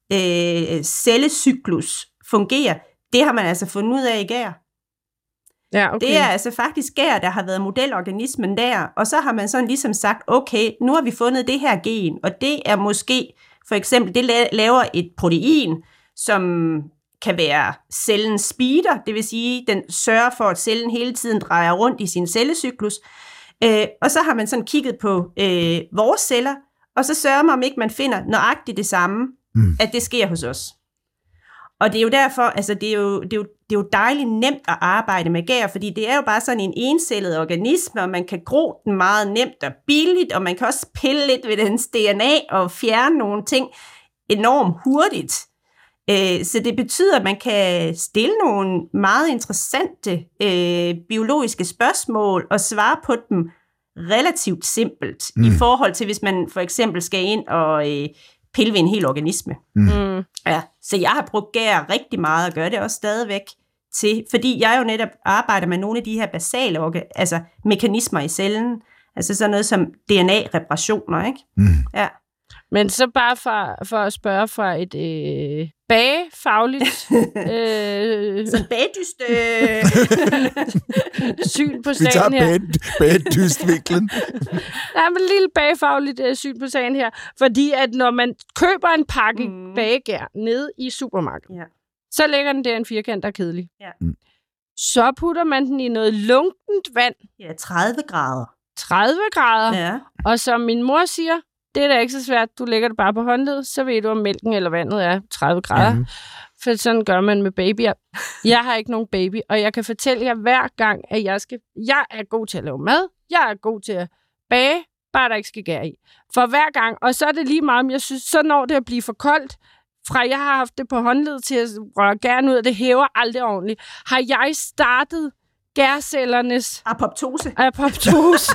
øh, cellecyklus fungerer, det har man altså fundet ud af i gær. Ja, okay. Det er altså faktisk gær, der har været modelorganismen der, og så har man sådan ligesom sagt, okay, nu har vi fundet det her gen, og det er måske, for eksempel, det la- laver et protein, som kan være cellens speeder, det vil sige, den sørger for, at cellen hele tiden drejer rundt i sin cellecyklus, øh, og så har man sådan kigget på øh, vores celler, og så sørger man, om ikke man finder nøjagtigt det samme, Mm. at det sker hos os. Og det er jo derfor, altså det er jo, det er jo, det det er jo dejligt nemt at arbejde med gær, fordi det er jo bare sådan en encellet organisme, og man kan gro den meget nemt og billigt, og man kan også pille lidt ved dens D N A og fjerne nogle ting enormt hurtigt. Så det betyder, at man kan stille nogle meget interessante øh, biologiske spørgsmål og svare på dem relativt simpelt, mm. i forhold til, hvis man for eksempel skal ind og øh, pille ved en hel organisme. Mm. Ja, så jeg har brugt gær rigtig meget, og gør det også stadigvæk til, fordi jeg jo netop arbejder med nogle af de her basale orga- altså mekanismer i cellen, altså sådan noget som D N A-reparationer, ikke? Mm. Ja. Men så bare for, for at spørge fra et øh, bagefagligt øh, så bagdyst øh. syn på Vi sagen her. tager bagdystvinklen. Der er et lille bagefagligt øh, syn på sagen her, fordi at når man køber en pakke mm. bagegær nede i supermarkedet, ja. så lægger den der en firkant, der er kedelig. Ja. Mm. Så putter man den i noget lunkent vand. Ja, tredive grader. tredive grader. Ja. Og som min mor siger, det er da ikke så svært. Du lægger det bare på håndledet, så ved du, om mælken eller vandet er tredive grader. Mm. For sådan gør man med babyer. Jeg har ikke nogen baby, og jeg kan fortælle jer hver gang, at jeg skal... Jeg er god til at lave mad. Jeg er god til at bage, bare der ikke skal gær i. For hver gang, og så er det lige meget, om jeg synes, så når det at blive for koldt, fra jeg har haft det på håndledet til at røre gæren ud, og det hæver aldrig ordentligt, har jeg startet gærcellernes apoptose. Apoptose.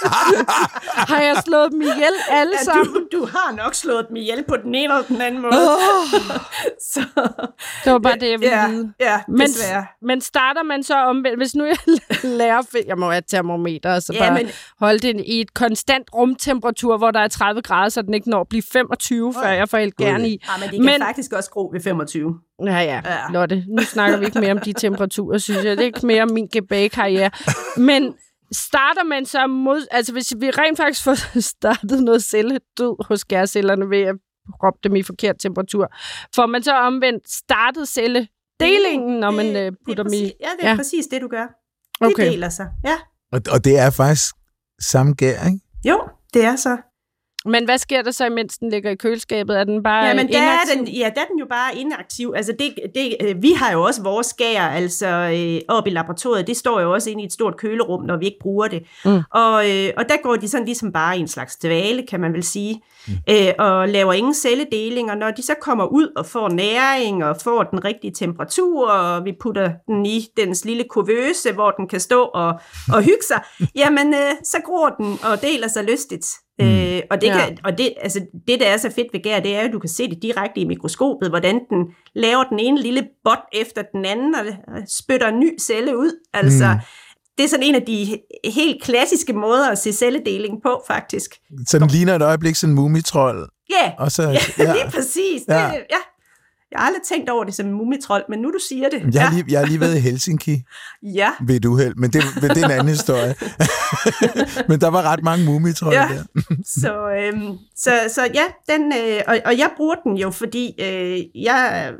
Har jeg slået dem ihjel alle ja, sammen? Du, du har nok slået dem ihjel på den ene og den anden måde. Oh. Så. Det var bare det, jeg ville ja, vide. Ja, men, desværre. Men starter man så omvendt, hvis nu jeg lærer, jeg må have termometer, og så ja, bare men, holde den i et konstant rumtemperatur, hvor der er tredive grader, så den ikke når at blive femogtyve, før jeg får helt gerne i. Ja, men det kan men, faktisk også gro ved femogtyve. Ja, ja, ja, Lotte. Nu snakker vi ikke mere om de temperaturer, synes jeg. Det er ikke mere om min bagekarriere. Men starter man så mod... Altså, hvis vi rent faktisk får startet noget celledød hos gærcellerne ved at proppe dem i forkert temperatur, får man så omvendt startet celledelingen, når man det, putter dem i... Ja, det er ja. præcis det, du gør. De okay. deler sig, ja. Og, og det er faktisk samme gær, ikke? Jo, det er så. Men hvad sker der så, imens den ligger i køleskabet? Er den bare ja, men der inaktiv? er den, ja, der er den jo bare inaktiv. Altså det, det, vi har jo også vores gær, altså øh, oppe i laboratoriet. Det står jo også inde i et stort kølerum, når vi ikke bruger det. Mm. Og, øh, og der går de sådan ligesom bare i en slags dvale, kan man vel sige, mm. øh, og laver ingen celledeling. Og når de så kommer ud og får næring og får den rigtige temperatur, og vi putter den i dens lille kuvøse, hvor den kan stå og, og hygge sig, jamen øh, så gror den og deler sig lystigt. Mm. Øh, og det, ja. kan, og det, altså, det, der er så fedt ved gær, det er, at du kan se det direkte i mikroskopet, hvordan den laver den ene lille bot efter den anden, og spytter en ny celle ud. Altså, mm. det er sådan en af de helt klassiske måder at se celledeling på, faktisk. Så den ligner et øjeblik sådan en mumitrold. Yeah. Og så, ja, ja, lige præcis. Ja. Det, ja. Jeg har aldrig tænkt over det som en mumitrold, men nu du siger det. Jeg har lige, jeg har lige været i Helsinki. Ja. Ved et uheld, men det, det er en anden historie. Men der var ret mange mumitrolde ja. der. så, øhm, så, så ja, den, øh, og, og jeg bruger den jo, fordi øh, jeg,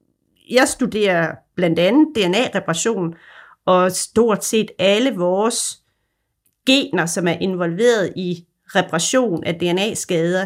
jeg studerer blandt andet D N A-reparation, og stort set alle vores gener, som er involveret i reparation af D N A-skader,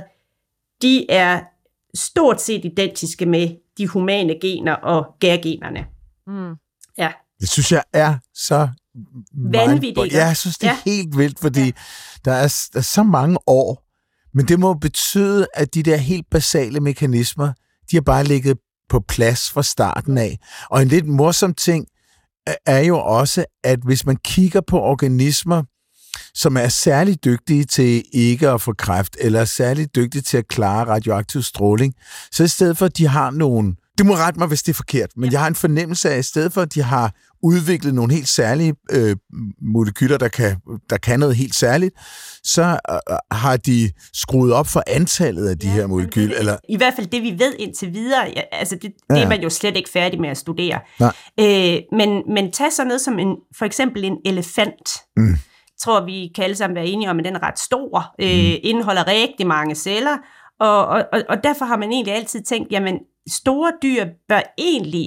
de er stort set identiske med de humane gener og gærgenerne. Mm. Ja. Det synes jeg er så vanvittigt. Ja, jeg synes, det er ja. helt vildt, fordi ja. der, er, der er så mange år, men det må betyde, at de der helt basale mekanismer, de har bare ligget på plads fra starten af. Og en lidt morsom ting er jo også, at hvis man kigger på organismer, som er særlig dygtige til ikke at få kræft, eller er særlig dygtige til at klare radioaktiv stråling, så i stedet for, at de har nogle... Det må rette mig, hvis det er forkert, men ja. jeg har en fornemmelse af, at i stedet for, at de har udviklet nogle helt særlige øh, molekyler, der kan, der kan noget helt særligt, så øh, har de skruet op for antallet af de ja, her molekyler. Det, eller... I hvert fald det, vi ved indtil videre, ja, altså det, det ja. er man jo slet ikke færdig med at studere. Øh, men, men tag så noget som en, for eksempel en elefant. Mm. Tror vi kan alle sammen være enige om, at den er ret stor, øh, indeholder rigtig mange celler, og, og, og derfor har man egentlig altid tænkt, jamen store dyr bør egentlig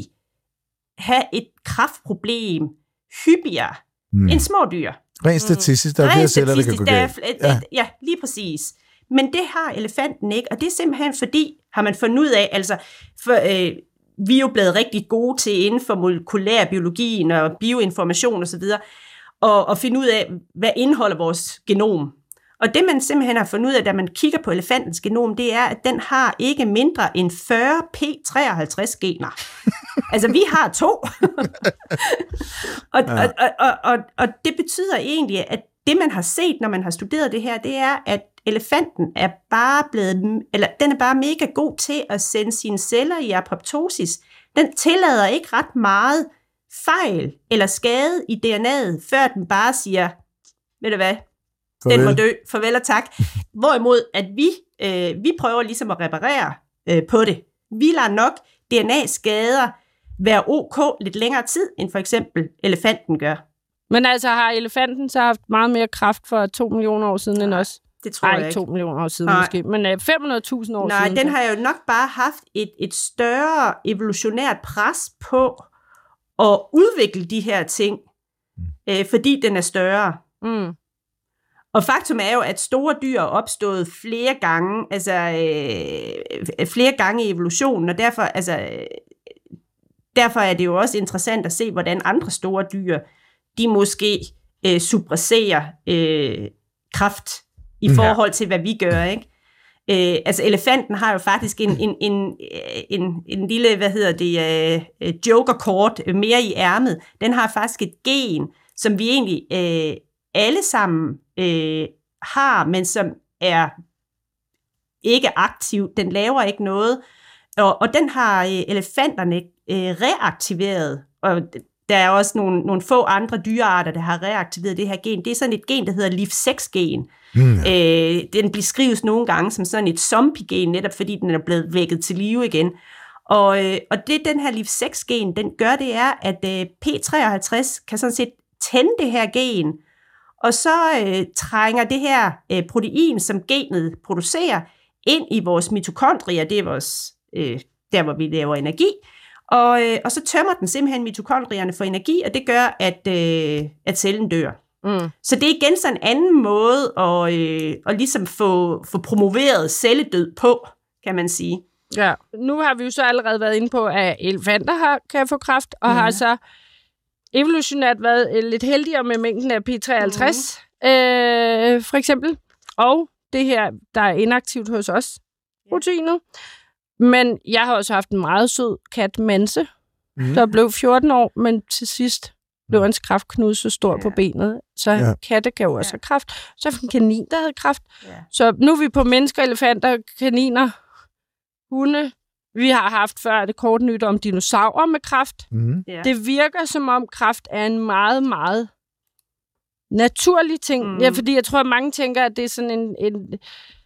have et kræftproblem hyppigere mm. end små dyr. Rent statistisk, der er flere celler, der kan gå galt. Ja. ja, lige præcis. Men det har elefanten ikke, og det er simpelthen fordi, har man fundet ud af, altså for, øh, vi er jo blevet rigtig gode til inden for molekylærbiologien og bioinformation osv., og, og finde ud af, hvad indeholder vores genom. Og det, man simpelthen har fundet ud af, da man kigger på elefantens genom, det er, at den har ikke mindre end fyrre p treoghalvtreds gener. Altså, vi har to. og, ja. og, og, og, og, og det betyder egentlig, at det, man har set, når man har studeret det her, det er, at elefanten er bare blevet, eller den er bare mega god til at sende sine celler i apoptosis. Den tillader ikke ret meget fejl eller skade i D N A'et, før den bare siger, ved du hvad, den må dø, farvel og tak. Hvorimod, at vi, øh, vi prøver ligesom at reparere øh, på det. Vi lader nok D N A-skader være ok lidt længere tid, end for eksempel elefanten gør. Men altså har elefanten så haft meget mere kraft for to millioner år siden Nej, end os? Det tror Ej, jeg ikke. to millioner år siden Nej. måske, men øh, fem hundrede tusind år Nej, siden. Nej, den så. har jo nok bare haft et, et større evolutionært pres på at udvikle de her ting, øh, fordi den er større. Mm. Og faktum er jo, at store dyr er opstået flere gange, altså øh, flere gange i evolutionen, og derfor, altså, øh, derfor er det jo også interessant at se, hvordan andre store dyr, de måske øh, suppresserer øh, kraft i forhold til, hvad vi gør, ikke? Øh, altså elefanten har jo faktisk en, en, en, en, en lille, hvad hedder det, øh, jokerkort mere i ærmet. Den har faktisk et gen, som vi egentlig øh, alle sammen øh, har, men som er ikke aktiv. Den laver ikke noget, og, og den har øh, elefanterne øh, reaktiveret, og der er også nogle, nogle få andre dyrearter, der har reaktiveret det her gen. Det er sådan et gen, der hedder L I F seks gen. Mm. Øh, den beskrives nogle gange som sådan et zombie-gen, netop fordi den er blevet vækket til live igen. Og, øh, og det den her L I F seks gen, den gør, det er, at øh, p treoghalvtreds kan sådan set tænde det her gen, og så øh, trænger det her øh, protein, som genet producerer, ind i vores mitokondrier, det er vores, øh, der, hvor vi laver energi, og, øh, og så tømmer den simpelthen mitokondrierne for energi, og det gør, at, øh, at cellen dør. Mm. Så det er igen sådan en anden måde at, øh, at ligesom få, få promoveret celledød på, kan man sige. Ja, nu har vi jo så allerede været inde på, at elefanter har, kan få kræft, og ja. har så evolutionært været lidt heldigere med mængden af p treoghalvtreds, mm. øh, for eksempel. Og det her, der er inaktivt hos os, proteinet. Men jeg har også haft en meget sød kat, Manse, mm. der blev fjorten år, men til sidst blev hans kræftknude så stor ja. på benet. Så ja. katte kan jo også ja. have kræft. Så var en kanin, der havde kræft. Ja. Så nu er vi på mennesker, elefanter, kaniner, hunde. Vi har haft før det kort nyt om dinosaurer med kræft. Mm. Ja. Det virker som om kræft er en meget, meget naturlig ting. Mm. Ja, fordi jeg tror, at mange tænker, at det er sådan en... en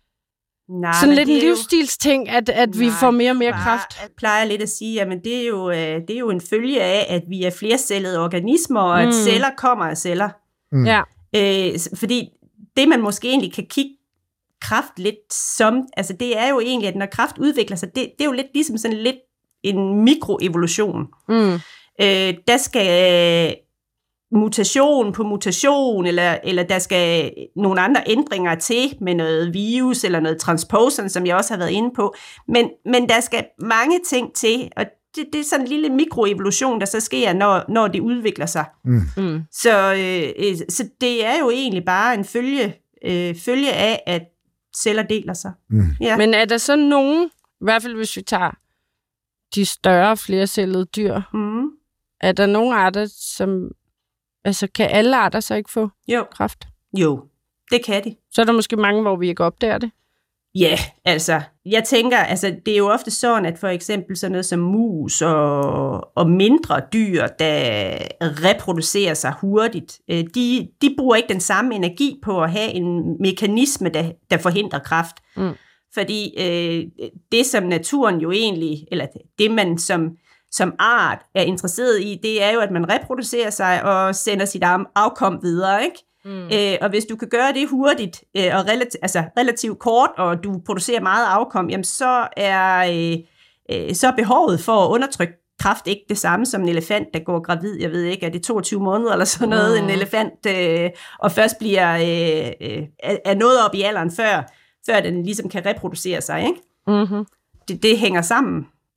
Nej, sådan lidt en livsstilsting, at, at nej, vi får mere og mere kræft. Jeg plejer lidt at sige, at det er, jo, det er jo en følge af, at vi er flercellede organismer, og at mm. celler kommer af celler. Mm. Ja. Øh, fordi det, man måske egentlig kan kigge kræft lidt som, altså det er jo egentlig, at når kræft udvikler sig, det, det er jo lidt ligesom sådan lidt en mikroevolution. Mm. Øh, der skal mutation på mutation, eller, eller der skal nogle andre ændringer til med noget virus eller noget transposon, som jeg også har været inde på. Men, men der skal mange ting til, og det, det er sådan en lille mikroevolution, der så sker, når, når det udvikler sig. Mm. Mm. Så, øh, så det er jo egentlig bare en følge, øh, følge af, at celler deler sig. Mm. Ja. Men er der så nogen, i hvert fald hvis vi tager de større flercellede dyr, mm. er der nogle arter, som altså, kan alle arter så ikke få jo. kræft? Jo, det kan de. Så er der måske mange, hvor vi ikke opdager det? Ja, yeah, altså, jeg tænker, altså, det er jo ofte sådan, at for eksempel sådan noget som mus og, og mindre dyr, der reproducerer sig hurtigt, de, de bruger ikke den samme energi på at have en mekanisme, der, der forhindrer kræft. Mm. Fordi øh, det, som naturen jo egentlig, eller det, man som som art er interesseret i, det er jo, at man reproducerer sig og sender sit afkom videre, ikke? Mm. Øh, og hvis du kan gøre det hurtigt øh, og relativ, altså relativt kort, og du producerer meget afkom, jamen så er, øh, øh, så er behovet for at undertrykke kræft ikke det samme som en elefant, der går gravid. Jeg ved ikke, er det toogtyve måneder eller sådan noget, mm. en elefant, øh, og først bliver øh, øh, er noget op i alderen, før, før den ligesom kan reproducere sig, ikke? Mm-hmm. Det, det hænger sammen.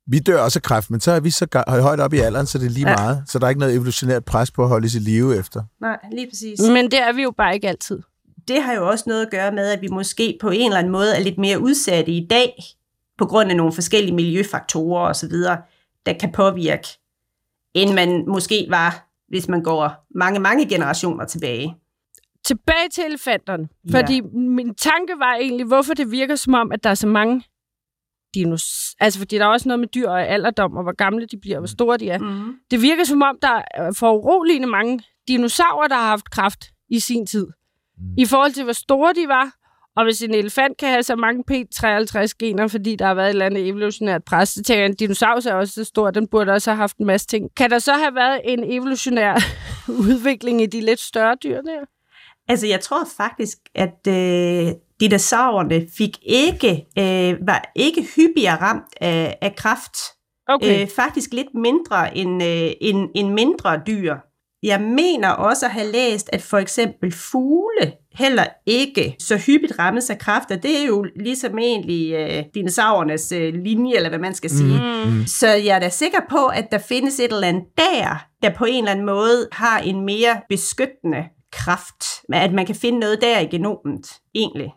Vi dør også af kræft, men så er vi så ga- højt op i alderen, så det er lige Ja. meget. Så der er ikke noget evolutionært pres på at holde sig i live efter. Nej, lige præcis. Men det er vi jo bare ikke altid. Det har jo også noget at gøre med, at vi måske på en eller anden måde er lidt mere udsatte i dag, på grund af nogle forskellige miljøfaktorer osv., der kan påvirke, end man måske var, hvis man går mange, mange generationer tilbage. Tilbage til elefanterne. Ja. Fordi min tanke var egentlig, hvorfor det virker som om, at der er så mange dinos... Altså, fordi der er også noget med dyr og alderdom, og hvor gamle de bliver, og hvor store de er. Mm. Det virker som om, der er for uroligende mange dinosaurer, der har haft kræft i sin tid. Mm. I forhold til, hvor store de var. Og hvis en elefant kan have så mange P treoghalvtreds gener, fordi der har været et eller andet evolutionært pres, så tænker jeg, en dinosaurus er også så stor, den burde også have haft en masse ting. Kan der så have været en evolutionær udvikling i de lidt større dyr der? Altså, jeg tror faktisk, at øh, dinosaurerne fik ikke, øh, var ikke hyppigere ramt af, af kræft. Okay. Øh, faktisk lidt mindre end, øh, end, end mindre dyr. Jeg mener også at have læst, at for eksempel fugle heller ikke så hyppigt rammes af kræft, og det er jo ligesom egentlig øh, dinosaurernes øh, linje, eller hvad man skal sige. Mm. Så jeg er da sikker på, at der findes et eller andet der, der på en eller anden måde har en mere beskyttende kraft. At man kan finde noget der i genomet, egentlig.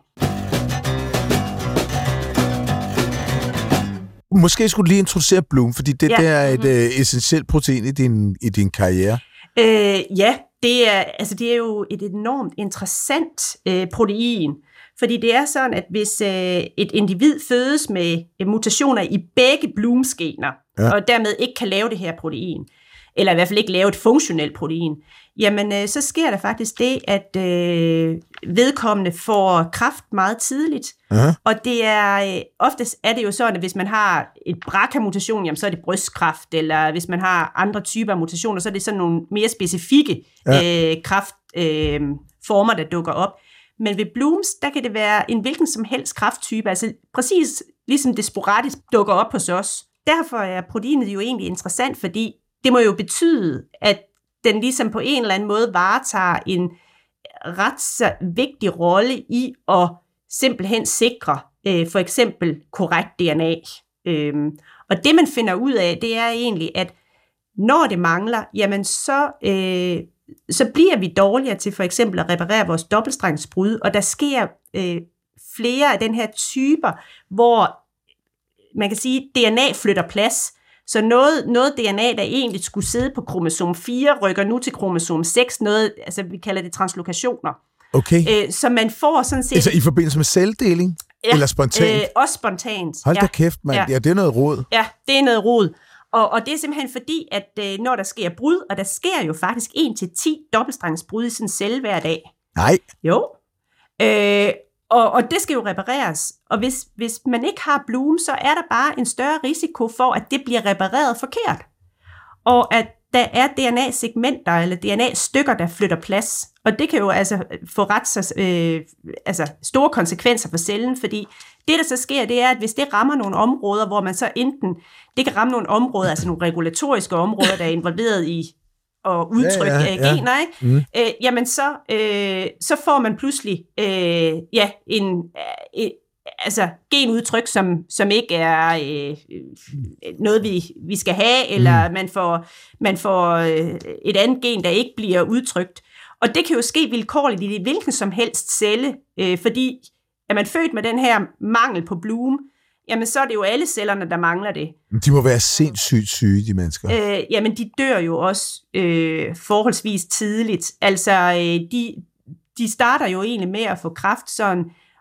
Måske skulle du lige introducere Bloom, fordi det Ja. der er et uh, essentielt protein i din, i din karriere. Øh, ja, det er, altså det er jo et enormt interessant øh, protein, fordi det er sådan, at hvis øh, et individ fødes med øh, mutationer i begge Blooms-gener, Ja. og dermed ikke kan lave det her protein, eller i hvert fald ikke lave et funktionelt protein, jamen øh, så sker der faktisk det, at øh, vedkommende får kræft meget tidligt. Aha. Og det er, øh, oftest er det jo sådan, at hvis man har et B R C A-mutation, jamen så er det brystkræft, eller hvis man har andre typer af mutationer, så er det sådan nogle mere specifikke ja. øh, kræftformer, øh, former, der dukker op. Men ved Blooms, der kan det være en hvilken som helst kræfttype, altså præcis ligesom det sporadisk dukker op hos os. Derfor er proteinet jo egentlig interessant, fordi det må jo betyde, at den ligesom på en eller anden måde varetager en ret så vigtig rolle i at simpelthen sikre øh, for eksempel korrekt D N A. Øhm, og det man finder ud af, det er egentlig, at når det mangler, jamen så, øh, så bliver vi dårligere til for eksempel at reparere vores dobbeltstrengsbrud, og der sker øh, flere af den her typer, hvor man kan sige, at D N A flytter plads. Så noget, noget D N A, der egentlig skulle sidde på kromosom fire, rykker nu til kromosom seks, noget, altså vi kalder det translokationer. Okay. Øh, så man får sådan set... Altså i forbindelse med celdeling? Ja, Eller spontant? Øh, også spontant. Hold da ja. kæft, mand. Ja. Ja. ja, det er noget rod. Ja, det er noget rod. Og, og det er simpelthen fordi, at øh, når der sker brud, og der sker jo faktisk en til ti dobbeltstrengsbrud i sådan en celle hver dag. Nej. Jo. Øh, og, og det skal jo repareres. Og hvis, hvis man ikke har Bloom, så er der bare en større risiko for, at det bliver repareret forkert. Og at der er D N A-segmenter eller D N A-stykker, der flytter plads. Og det kan jo altså få ret så, øh, altså store konsekvenser for cellen, fordi det, der så sker, det er, at hvis det rammer nogle områder, hvor man så enten, det kan ramme nogle områder, altså nogle regulatoriske områder, der er involveret i at udtrykke ja, ja, ja. gener, ikke? Mm. Øh, jamen så, øh, så får man pludselig øh, ja, en, øh, altså genudtryk, som, som ikke er øh, noget, vi, vi skal have, eller mm. man får, man får øh, et andet gen, der ikke bliver udtrykt. Og det kan jo ske vilkårligt i hvilken som helst celle, øh, fordi er man født med den her mangel på Bloom, jamen så er det jo alle cellerne, der mangler det. De må være sindssygt syge, de mennesker. Øh, jamen de dør jo også øh, forholdsvis tidligt. Altså øh, de, de starter jo egentlig med at få kræft sådan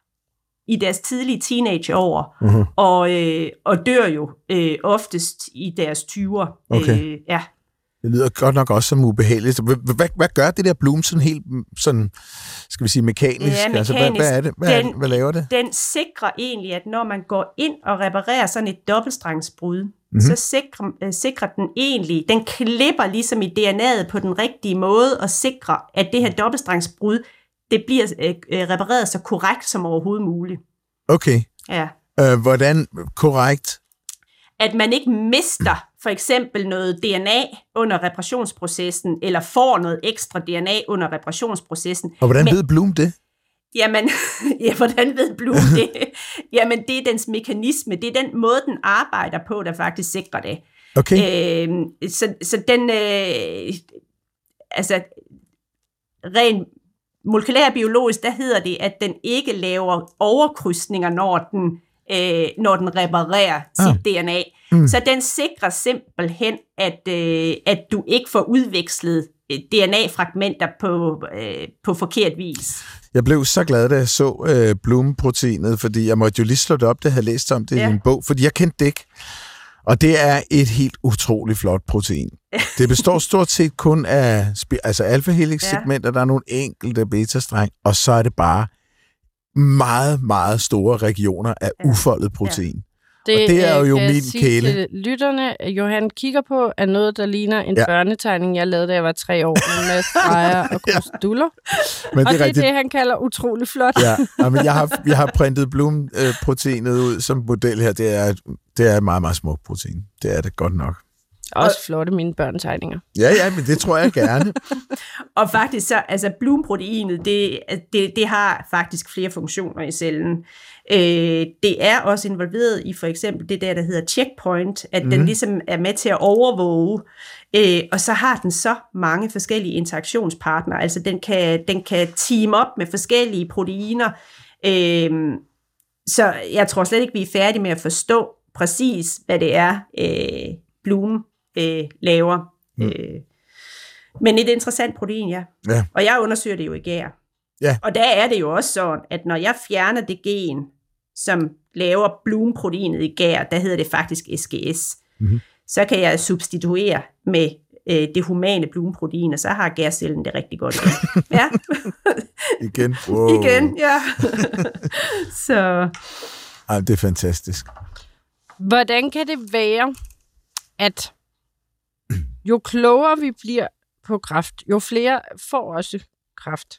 i deres tidlige teenageår, uh-huh. og, øh, og dør jo øh, oftest i deres tyvere. Okay. Øh, ja. Det lyder godt nok også som ubehageligt. Hvad, hvad gør det der Bloom sådan helt sådan, skal vi sige, mekanisk? Ja, mekanisk. Altså, hvad, hvad er det? Hvad, den, er, hvad laver det? Den sikrer egentlig, at når man går ind og reparerer sådan et dobbeltstrengsbrud, mm-hmm. så sikrer, øh, sikrer den egentlig, den klipper ligesom i D N A'et på den rigtige måde, og sikrer, at det her dobbeltstrengsbrud, det bliver øh, repareret så korrekt som overhovedet muligt. Okay. Ja. Øh, hvordan korrekt? At man ikke mister for eksempel noget D N A under reparationsprocessen, eller får noget ekstra D N A under reparationsprocessen. Og hvordan Men, ved Bloom det? Jamen, ja, hvordan ved Bloom det? Jamen, det er dens mekanisme. Det er den måde, den arbejder på, der faktisk sikrer det. Okay. Øh, så, så den... Øh, altså, rent molekylærbiologisk, der hedder det, at den ikke laver overkrydsninger, når den, øh, når den reparerer sit ah. D N A. Mm. Så den sikrer simpelthen, at, øh, at du ikke får udvekslet D N A-fragmenter på, øh, på forkert vis. Jeg blev så glad, da jeg så øh, Bloom-proteinet, fordi jeg måtte jo lige slå det op, da jeg havde læst om det ja. i en bog, fordi jeg kendte det ikke. Og det er et helt utroligt flot protein. Det består stort set kun af altså alfa-helix-segmenter, ja. Der er nogle enkelte beta-streng, og så er det bare meget, meget store regioner af ja. ufoldet protein. Ja. Det, og det er jo øh, min kæle. Til lytterne, Johan kigger på, er noget, der ligner en ja. børnetegning, jeg lavede, da jeg var tre år, med en masse streger og kruseduller. Ja. Og det er rigtigt. Det, han kalder utrolig flot. Ja, men jeg har, jeg har printet Bloom-proteinet ud som model her. Det er, det er et meget, meget smukt protein. Det er det godt nok. Også flotte mine børnetegninger. Ja, ja, men det tror jeg gerne. Og faktisk så, altså Bloom-proteinet, det, det, det har faktisk flere funktioner i cellen. Øh, det er også involveret i for eksempel det der, der hedder checkpoint, at mm. den ligesom er med til at overvåge, øh, og så har den så mange forskellige interaktionspartnere, altså den kan, den kan team op med forskellige proteiner, øh, så jeg tror slet ikke, vi er færdige med at forstå præcis, hvad det er, øh, Bloom øh, laver. Mm. Øh, men et interessant protein, ja. ja. Og jeg undersøger det jo i gær. Ja. Og der er det jo også sådan, at når jeg fjerner det gen, som laver Bloom-proteinet i gær, der hedder det faktisk S G S, mm-hmm. så kan jeg substituere med øh, det humane Bloom-protein, og så har gærcellen det rigtig godt. Ja. Igen. Wow. Igen, ja. Så. Ej, det er fantastisk. Hvordan kan det være, at jo klogere vi bliver på kræft, jo flere får også kræft?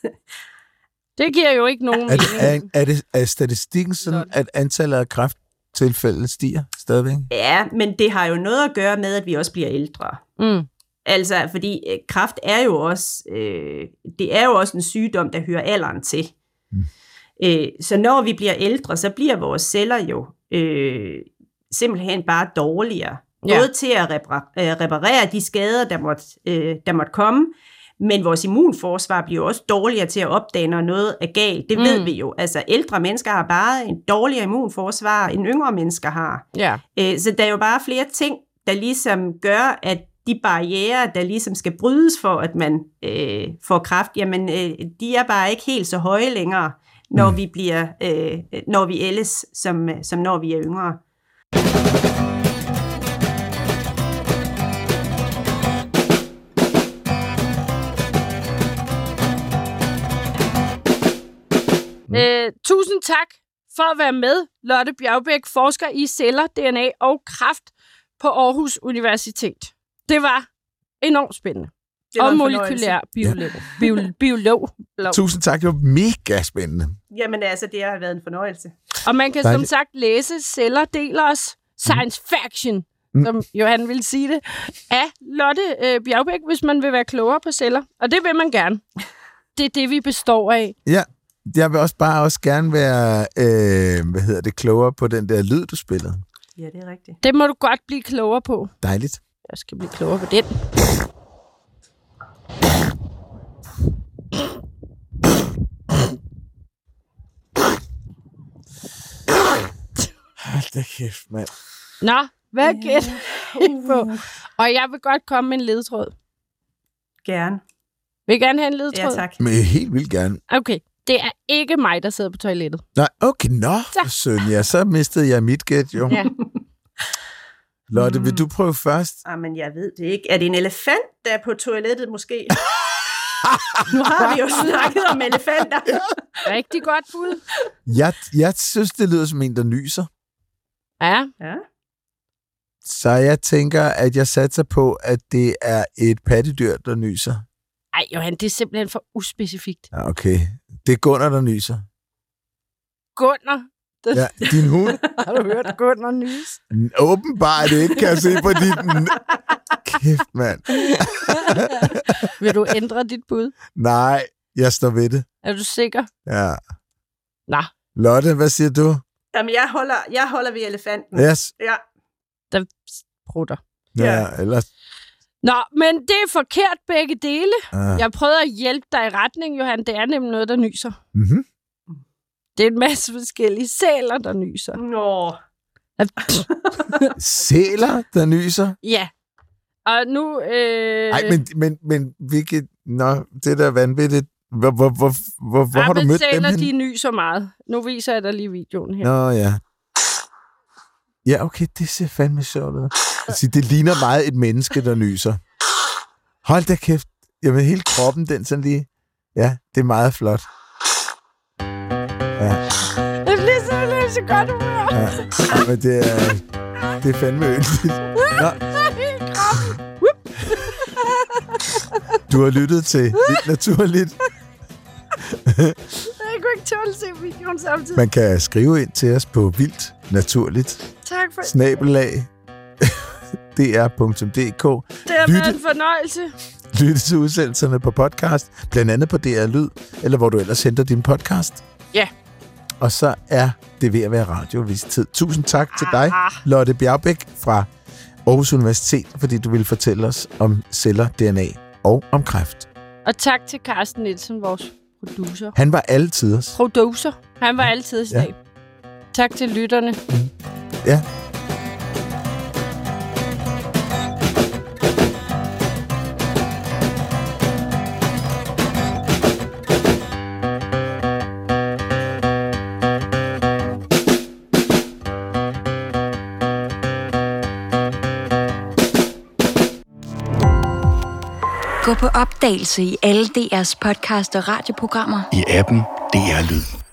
Det giver jo ikke nogen er det, er, er, det, er statistikken sådan, at antallet af kræfttilfælde stiger stadigvæk? Ja, men det har jo noget at gøre med, at vi også bliver ældre. Mm. Altså, fordi øh, kræft er jo også, øh, det er jo også en sygdom, der hører alderen til. Mm. Øh, så når vi bliver ældre, så bliver vores celler jo øh, simpelthen bare dårligere. Ja. Både til at reparere, reparere de skader, der måtte, øh, der måtte komme, men vores immunforsvar bliver også dårligere til at opdage, når noget er galt. Det mm. ved vi jo. Altså, ældre mennesker har bare en dårligere immunforsvar, end yngre mennesker har. Ja. Øh, så der er jo bare flere ting, der ligesom gør, at de barrierer, der ligesom skal brydes for, at man øh, får kræft, jamen, øh, de er bare ikke helt så høje længere, når mm. vi bliver, øh, når vi ældes, som, som når vi er yngre. Øh, tusind tak for at være med, Lotte Bjergbæk, forsker i celler, D N A og kræft på Aarhus Universitet. Det var enormt spændende. Det var og molekylær biolog. Ja. Biolog. biolog. Tusind tak, det var mega spændende. Jamen altså, det har været en fornøjelse. Og man kan Dejligt. som sagt læse Celler deler os science fiction, mm. som Johan vil sige det, af Lotte øh, Bjergbæk, hvis man vil være klogere på celler. Og det vil man gerne. Det er det, vi består af. Ja. Jeg vil også bare også gerne være, øh, hvad hedder det, klogere på den der lyd, du spillede. Ja, det er rigtigt. Det må du godt blive klogere på. Dejligt. Jeg skal blive klogere på den. Hold da kæft, mand. Nå, hvad gætter I på? Og jeg vil godt komme med en ledtråd. Gerne. Vil I gerne have en ledtråd? Ja, tak. Men helt vildt gerne. Okay. Det er ikke mig, der sidder på toilettet. Nej, okay, nå, Sønja. Så mistede jeg mit gæt, jo. Ja. Lotte, vil du prøve først? Jamen, jeg ved det ikke. Er det en elefant, der er på toilettet, måske? Nu har vi jo snakket om elefanter. Ja. Rigtig godt bud. Jeg, jeg synes, det lyder som en, der nyser. Ja. Ja. Så jeg tænker, at jeg satser på, at det er et pattedyr, der nyser. Ej, Johan, det er simpelthen for uspecifikt. Ja, okay. Det er Gunnar, der nyser. Gunnar? Den... Ja, din hund. Har du hørt Gunnar nys? Åbenbart ikke, kan jeg se på dit... Kæft, mand. Vil du ændre dit bud? Nej, jeg står ved det. Er du sikker? Ja. Nå. Lotte, hvad siger du? Jamen, jeg holder, jeg holder ved elefanten. Yes. Ja. Der prutter. Ja, ja. Ellers... Nå, men det er forkert begge dele. Ah. Jeg prøvede at hjælpe dig i retning, Johan. Det er nemlig noget, der nyser. Mm-hmm. Det er en masse forskellige sæler, der nyser. Nå. Sæler, der nyser? Ja. Og nu... Øh... Nej, men, men, men hvilket... Nå, det der vanvittigt. Hvor, hvor, hvor, hvor, hvor har du mødt dem sæler, hen? de nyser meget. Nu viser jeg dig lige videoen her. Nå, ja. Ja, okay, det ser fandme sjovt ud. Altså, det ligner meget et menneske, der nyser. Hold da kæft. Jamen, hele kroppen, den sådan lige... Ja, det er meget flot. Ja. Det bliver simpelthen så godt humør. Ja, ja, men det er... Det er fandme yndigt. Nå. Du har lyttet til Vildt Naturligt. Jeg kunne ikke tåle at se videoen samtidig. Man kan skrive ind til os på vildt naturligt. Tak for Snabelag. d r punktum d k. det. har været en fornøjelse. Lytte til udsendelserne på podcast, blandt andet på D R Lyd, eller hvor du ellers henter din podcast. Ja. Og så er det ved at være radiovistid. Tusind tak til dig, Lotte Bjergbæk fra Aarhus Universitet, fordi du ville fortælle os om celler, D N A og om kræft. Og tak til Carsten Nielsen, vores producer. Han var altiders. Producer. Han var altid i dag. Ja. Tak til lytterne. Mm. Ja. Gå på opdagelse i alle D R's podcast og radioprogrammer. I appen D R Lyd.